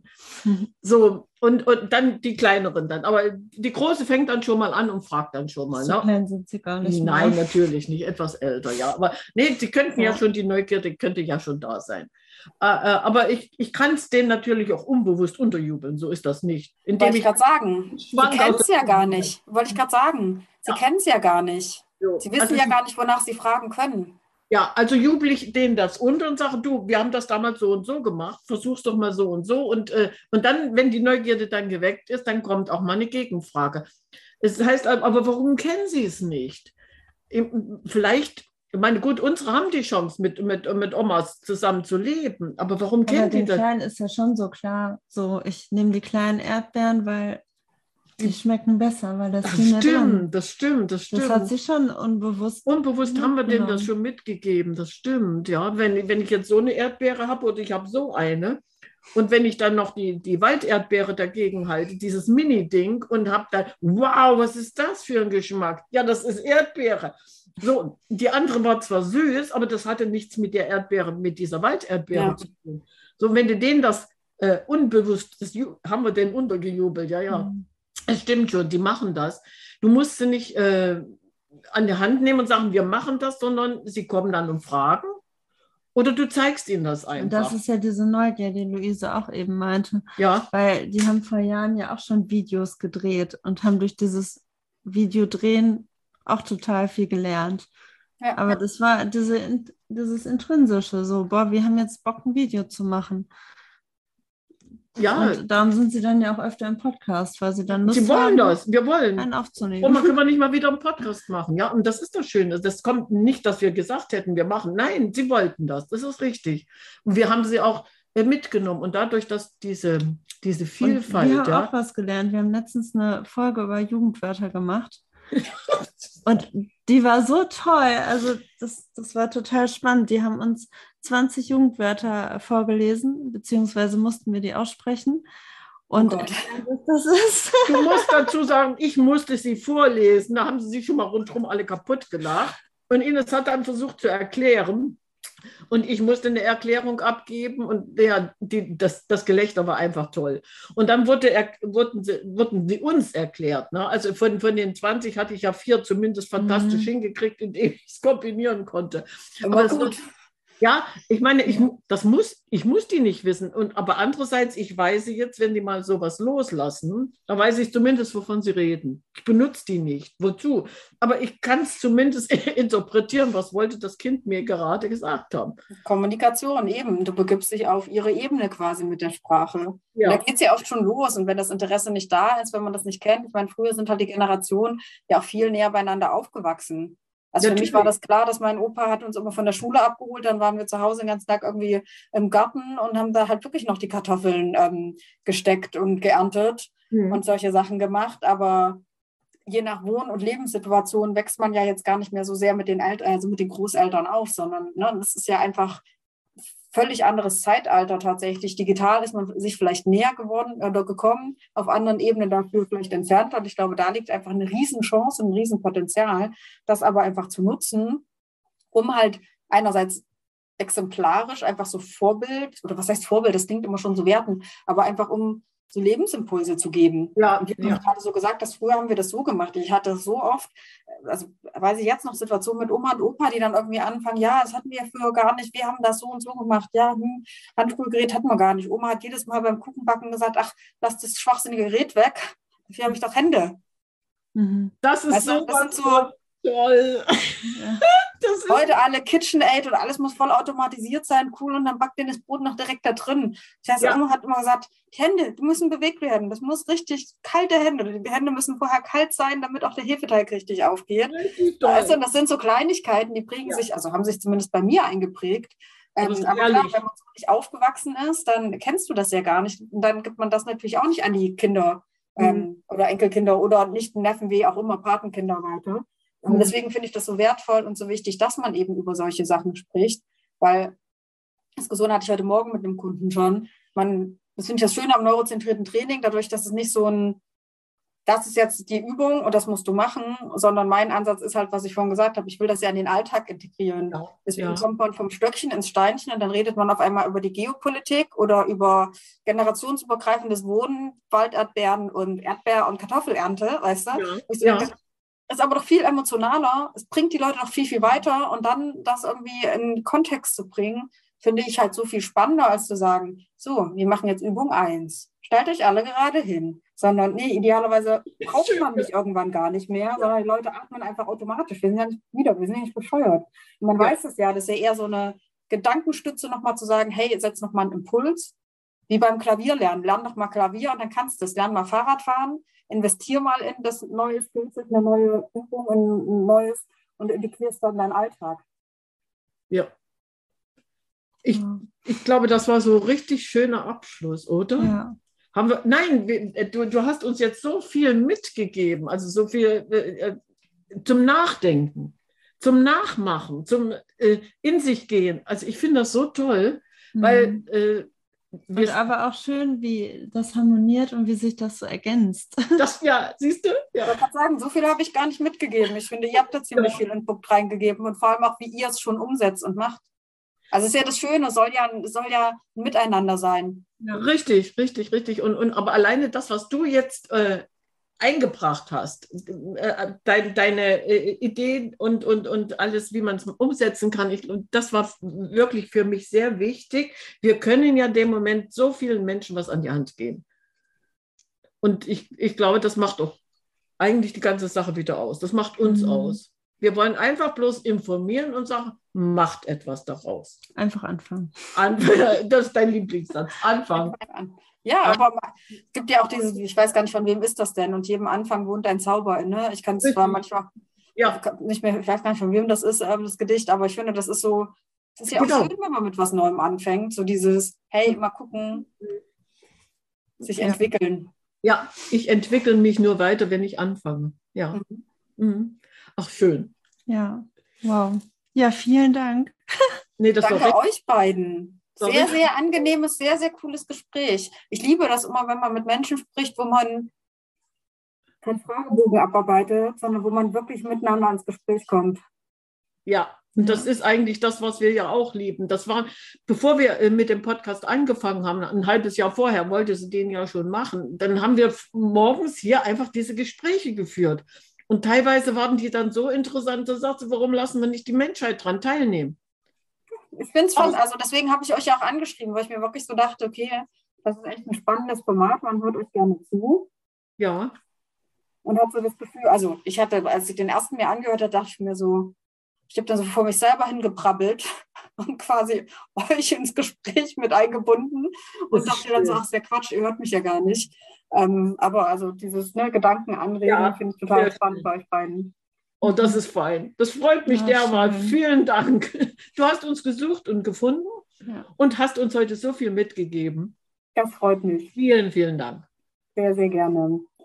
A: So, und, und dann die kleineren dann. Aber die Große fängt dann schon mal an und fragt dann schon mal.
C: So
A: ne?
C: klein sind sie gar nicht.
A: Nein, mehr. Natürlich nicht. Etwas älter, ja. Aber nee, sie könnten ja, ja schon, die Neugierde könnte ja schon da sein. Äh, äh, aber ich, ich kann es denen natürlich auch unbewusst unterjubeln. So ist das nicht.
B: Indem Wollte ich gerade sagen. Sie kennen es ja gar nicht. Wollte ich gerade sagen. Sie ja. kennen es ja gar nicht. Jo. Sie wissen also ja gar nicht, wonach sie fragen können.
A: Ja, also jubel ich denen das unter und sage, du, wir haben das damals so und so gemacht, versuch's doch mal so und so. Und, äh, und dann, wenn die Neugierde dann geweckt ist, dann kommt auch mal eine Gegenfrage. Es heißt, aber warum kennen Sie es nicht? Vielleicht, ich meine, gut, unsere haben die Chance, mit, mit, mit Omas zusammen zu leben, aber warum aber kennen die das?
C: Den Kleinen ist ja schon so klar, so ich nehme die kleinen Erdbeeren, weil die schmecken besser, weil das,
A: das stimmt, dran. das stimmt, das stimmt.
C: Das hat sich schon unbewusst.
A: Unbewusst haben wir denen das schon mitgegeben, das stimmt, ja. Wenn, wenn ich jetzt so eine Erdbeere habe oder ich habe so eine und wenn ich dann noch die, die Walderdbeere dagegen halte, dieses Mini-Ding und habe dann, wow, was ist das für ein Geschmack? Ja, das ist Erdbeere. So, die andere war zwar süß, aber das hatte nichts mit der Erdbeere, mit dieser Walderdbeere ja. zu tun. So, wenn du denen das äh, unbewusst, das haben wir denen untergejubelt, ja, ja. Mhm. Es stimmt schon, die machen das. Du musst sie nicht äh, an die Hand nehmen und sagen, wir machen das, sondern sie kommen dann und fragen oder du zeigst ihnen das einfach.
C: Und das ist ja diese Neugier, die Luise auch eben meinte.
A: Ja.
C: Weil die haben vor Jahren ja auch schon Videos gedreht und haben durch dieses Videodrehen auch total viel gelernt. Ja. Aber das war diese, dieses Intrinsische, so, boah, wir haben jetzt Bock, ein Video zu machen.
A: Ja.
C: Und darum sind sie dann ja auch öfter im Podcast, weil sie dann Lust
A: Sie wollen
C: haben,
A: das, wir wollen.
C: einen aufzunehmen.
A: Und man können wir nicht mal wieder einen Podcast machen. Ja, und das ist das Schöne. Das kommt nicht, dass wir gesagt hätten, wir machen. Nein, sie wollten das. Das ist richtig. Und wir haben sie auch äh, mitgenommen. Und dadurch, dass diese, diese Vielfalt.
C: Und wir haben
A: ja,
C: auch was gelernt. Wir haben letztens eine Folge über Jugendwörter gemacht. Und die war so toll. Also das, das war total spannend. Die haben uns zwanzig Jugendwörter vorgelesen, beziehungsweise mussten wir die aussprechen. Und
B: Oh Gott.
C: das ist.
A: du musst dazu sagen, ich musste sie vorlesen. Da haben sie sich schon mal rundherum alle kaputt gelacht. Und Ines hat dann versucht zu erklären. Und ich musste eine Erklärung abgeben. Und ja, die, das, das Gelächter war einfach toll. Und dann wurde er, wurden, sie, wurden sie uns erklärt. Ne? Also von, von den zwanzig hatte ich ja vier zumindest fantastisch
C: Mhm.
A: hingekriegt, indem ich es kombinieren konnte.
B: Aber
A: Aber es
B: gut.
A: wird, ja, ich meine, ich, das muss, ich muss die nicht wissen. Und, aber andererseits, ich weiß jetzt, wenn die mal sowas loslassen, dann weiß ich zumindest, wovon sie reden. Ich benutze die nicht. Wozu? Aber ich kann es zumindest interpretieren, was wollte das Kind mir gerade gesagt haben.
B: Kommunikation eben. Du begibst dich auf ihre Ebene quasi mit der Sprache.
A: Ja.
B: Und da geht es ja oft schon los. Und wenn das Interesse nicht da ist, wenn man das nicht kennt, ich meine, früher sind halt die Generationen ja auch viel näher beieinander aufgewachsen. Also für mich war das klar, dass mein Opa hat uns immer von der Schule abgeholt, dann waren wir zu Hause den ganzen Tag irgendwie im Garten und haben da halt wirklich noch die Kartoffeln ähm, gesteckt und geerntet
A: Mhm.
B: und solche Sachen gemacht. Aber je nach Wohn- und Lebenssituation wächst man ja jetzt gar nicht mehr so sehr mit den Eltern, also mit den Großeltern auf, sondern ne, das ist ja einfach völlig anderes Zeitalter tatsächlich. Digital ist man sich vielleicht näher geworden oder gekommen, auf anderen Ebenen dafür vielleicht entfernt. Und ich glaube, da liegt einfach eine Riesenchance, ein Riesenpotenzial, das aber einfach zu nutzen, um halt einerseits exemplarisch einfach so Vorbild, oder was heißt Vorbild, das klingt immer schon so wertend, aber einfach um so Lebensimpulse zu geben.
A: Ja,
B: und wie
A: ja.
B: du gerade so gesagt hast, früher haben wir das so gemacht. Ich hatte so oft, also weiß ich jetzt noch Situationen mit Oma und Opa, die dann irgendwie anfangen, ja, das hatten wir früher gar nicht, wir haben das so und so gemacht, ja, hm, Handrührgerät hatten wir gar nicht. Oma hat jedes Mal beim Kuchenbacken gesagt, ach, lass das schwachsinnige Gerät weg, dafür habe ich doch Hände.
C: Mhm.
A: Das ist
B: Weißt du,
A: so
B: das sind so
A: toll.
C: Ja.
A: Das ist,
B: heute alle KitchenAid und alles muss voll automatisiert sein, cool, und dann backt ihr das Brot noch direkt da drin. Das heißt,
A: Ja.
B: Oma hat immer gesagt, die Hände, die müssen bewegt werden. Das muss richtig kalte Hände. Die Hände müssen vorher kalt sein, damit auch der Hefeteig richtig aufgeht.
A: richtig toll.
B: Also, das sind so Kleinigkeiten, die prägen
A: Ja.
B: sich, also haben sich zumindest bei mir eingeprägt. Ähm,
A: Das ist
B: aber klar,
A: ehrlich.
B: wenn man so nicht aufgewachsen ist, dann kennst du das ja gar nicht. Und dann gibt man das natürlich auch nicht an die Kinder ähm,
A: Mhm.
B: oder Enkelkinder oder Nichten, Neffen, wie auch immer, Patenkinder weiter. Und
A: Mhm.
B: deswegen finde ich das so wertvoll und so wichtig, dass man eben über solche Sachen spricht, weil Diskussion hatte ich heute Morgen mit einem Kunden schon. Man, das finde ich das Schöne am neurozentrierten Training, dadurch, dass es nicht so ein, das ist jetzt die Übung und das musst du machen, sondern mein Ansatz ist halt, was ich vorhin gesagt habe, ich will das ja in den Alltag integrieren.
A: Ja.
B: Deswegen
A: Ja.
B: kommt man vom Stöckchen ins Steinchen und dann redet man auf einmal über die Geopolitik oder über generationsübergreifendes Wohnen, Walderdbeeren und Erdbeer- und Kartoffelernte, weißt du?
A: Ja.
B: Ich so
A: Ja.
B: denke, ist aber doch viel emotionaler. Es bringt die Leute doch viel, viel weiter. Und dann das irgendwie in Kontext zu bringen, finde ich halt so viel spannender, als zu sagen, so, wir machen jetzt Übung eins. Stellt euch alle gerade hin. Sondern, nee, idealerweise braucht man mich irgendwann gar nicht mehr, sondern die Leute atmen einfach automatisch. Wir sind ja nicht wieder, wir sind ja nicht bescheuert. Und man
A: Ja.
B: weiß es ja, das ist ja eher so eine Gedankenstütze, nochmal zu sagen, hey, setz nochmal einen Impuls. Wie beim Klavierlernen. Lern doch mal Klavier und dann kannst du es. Lern mal Fahrrad fahren. Investier mal in das neue Skillset, eine neue Übung, in ein neues und integrierst dann deinen Alltag.
A: Ja. Ich,
C: Ja.
A: ich glaube, das war so ein richtig schöner Abschluss, oder?
C: Ja.
A: Haben wir, nein, wir, du, du hast uns jetzt so viel mitgegeben, also so viel äh, zum Nachdenken, zum Nachmachen, zum äh, in sich gehen. Also ich finde das so toll, weil
C: Mhm.
A: äh,
C: Und
A: wir,
C: aber auch schön, wie das harmoniert und wie sich das so ergänzt.
A: das, ja, siehst du?
B: Ich
A: Ja.
B: wollte gerade sagen, so viel habe ich gar nicht mitgegeben. Ich finde, ihr habt da ziemlich
A: Ja.
B: viel Input reingegeben und vor allem auch, wie ihr es schon umsetzt und macht. Also es ist ja das Schöne, es soll ja, es soll ja ein Miteinander sein.
C: Ja.
A: Richtig, richtig, richtig. Und, und aber alleine das, was du jetzt äh, eingebracht hast, äh, dein, deine äh, Ideen und, und, und alles, wie man es umsetzen kann, ich, und das war wirklich für mich sehr wichtig. Wir können ja in dem Moment so vielen Menschen was an die Hand geben. Und ich, ich glaube, das macht doch eigentlich die ganze Sache wieder aus. Das macht uns
C: Mhm.
A: aus. Wir wollen einfach bloß informieren und sagen, macht etwas daraus.
C: Einfach anfangen.
A: Das ist dein Lieblingssatz. Anfangen.
B: Ja, aber es gibt ja auch dieses, ich weiß gar nicht, von wem ist das denn? Und jedem Anfang wohnt ein Zauber inne. Ich kann es zwar manchmal ja. nicht mehr, ich weiß gar nicht, von wem das ist, das Gedicht, aber ich finde, das ist so, es ist ja auch genau. schön, wenn man mit was Neuem anfängt. So dieses, hey, mal gucken, sich ja. entwickeln.
A: Ja, ich entwickle mich nur weiter, wenn ich anfange. Ja. Mhm. Mhm. Ach, schön.
C: Ja, wow. Ja, vielen Dank.
B: Nee, das Danke euch beiden. Sehr, sehr angenehmes, sehr, sehr cooles Gespräch. Ich liebe das immer, wenn man mit Menschen spricht, wo man keinen Fragebogen abarbeitet, sondern wo man wirklich miteinander ins Gespräch kommt.
A: Ja, und das ist eigentlich das, was wir ja auch lieben. Das war, bevor wir mit dem Podcast angefangen haben, ein halbes Jahr vorher, wollte sie den ja schon machen, dann haben wir morgens hier einfach diese Gespräche geführt. Und teilweise waren die dann so interessant, da sagte, warum lassen wir nicht die Menschheit dran teilnehmen?
B: Ich finde es schon, also deswegen habe ich euch ja auch angeschrieben, weil ich mir wirklich so dachte, okay, das ist echt ein spannendes Format, man hört euch gerne zu.
A: Ja.
B: Und habe so das Gefühl, also ich hatte, als ich den ersten mir angehört habe, dachte ich mir so, ich habe dann so vor mich selber hingebrabbelt und quasi euch ins Gespräch mit eingebunden und dachte dann so, ach, ist der Quatsch, ihr hört mich ja gar nicht. Ähm, aber also dieses ne, Gedanken anregen, ja, finde ich total spannend bei euch beiden.
A: Oh, das ist fein. Das freut mich ja, dermal. Vielen Dank. Du hast uns gesucht und gefunden ja. und hast uns heute so viel mitgegeben.
B: Das freut mich.
A: Vielen, vielen Dank.
B: Sehr, sehr gerne.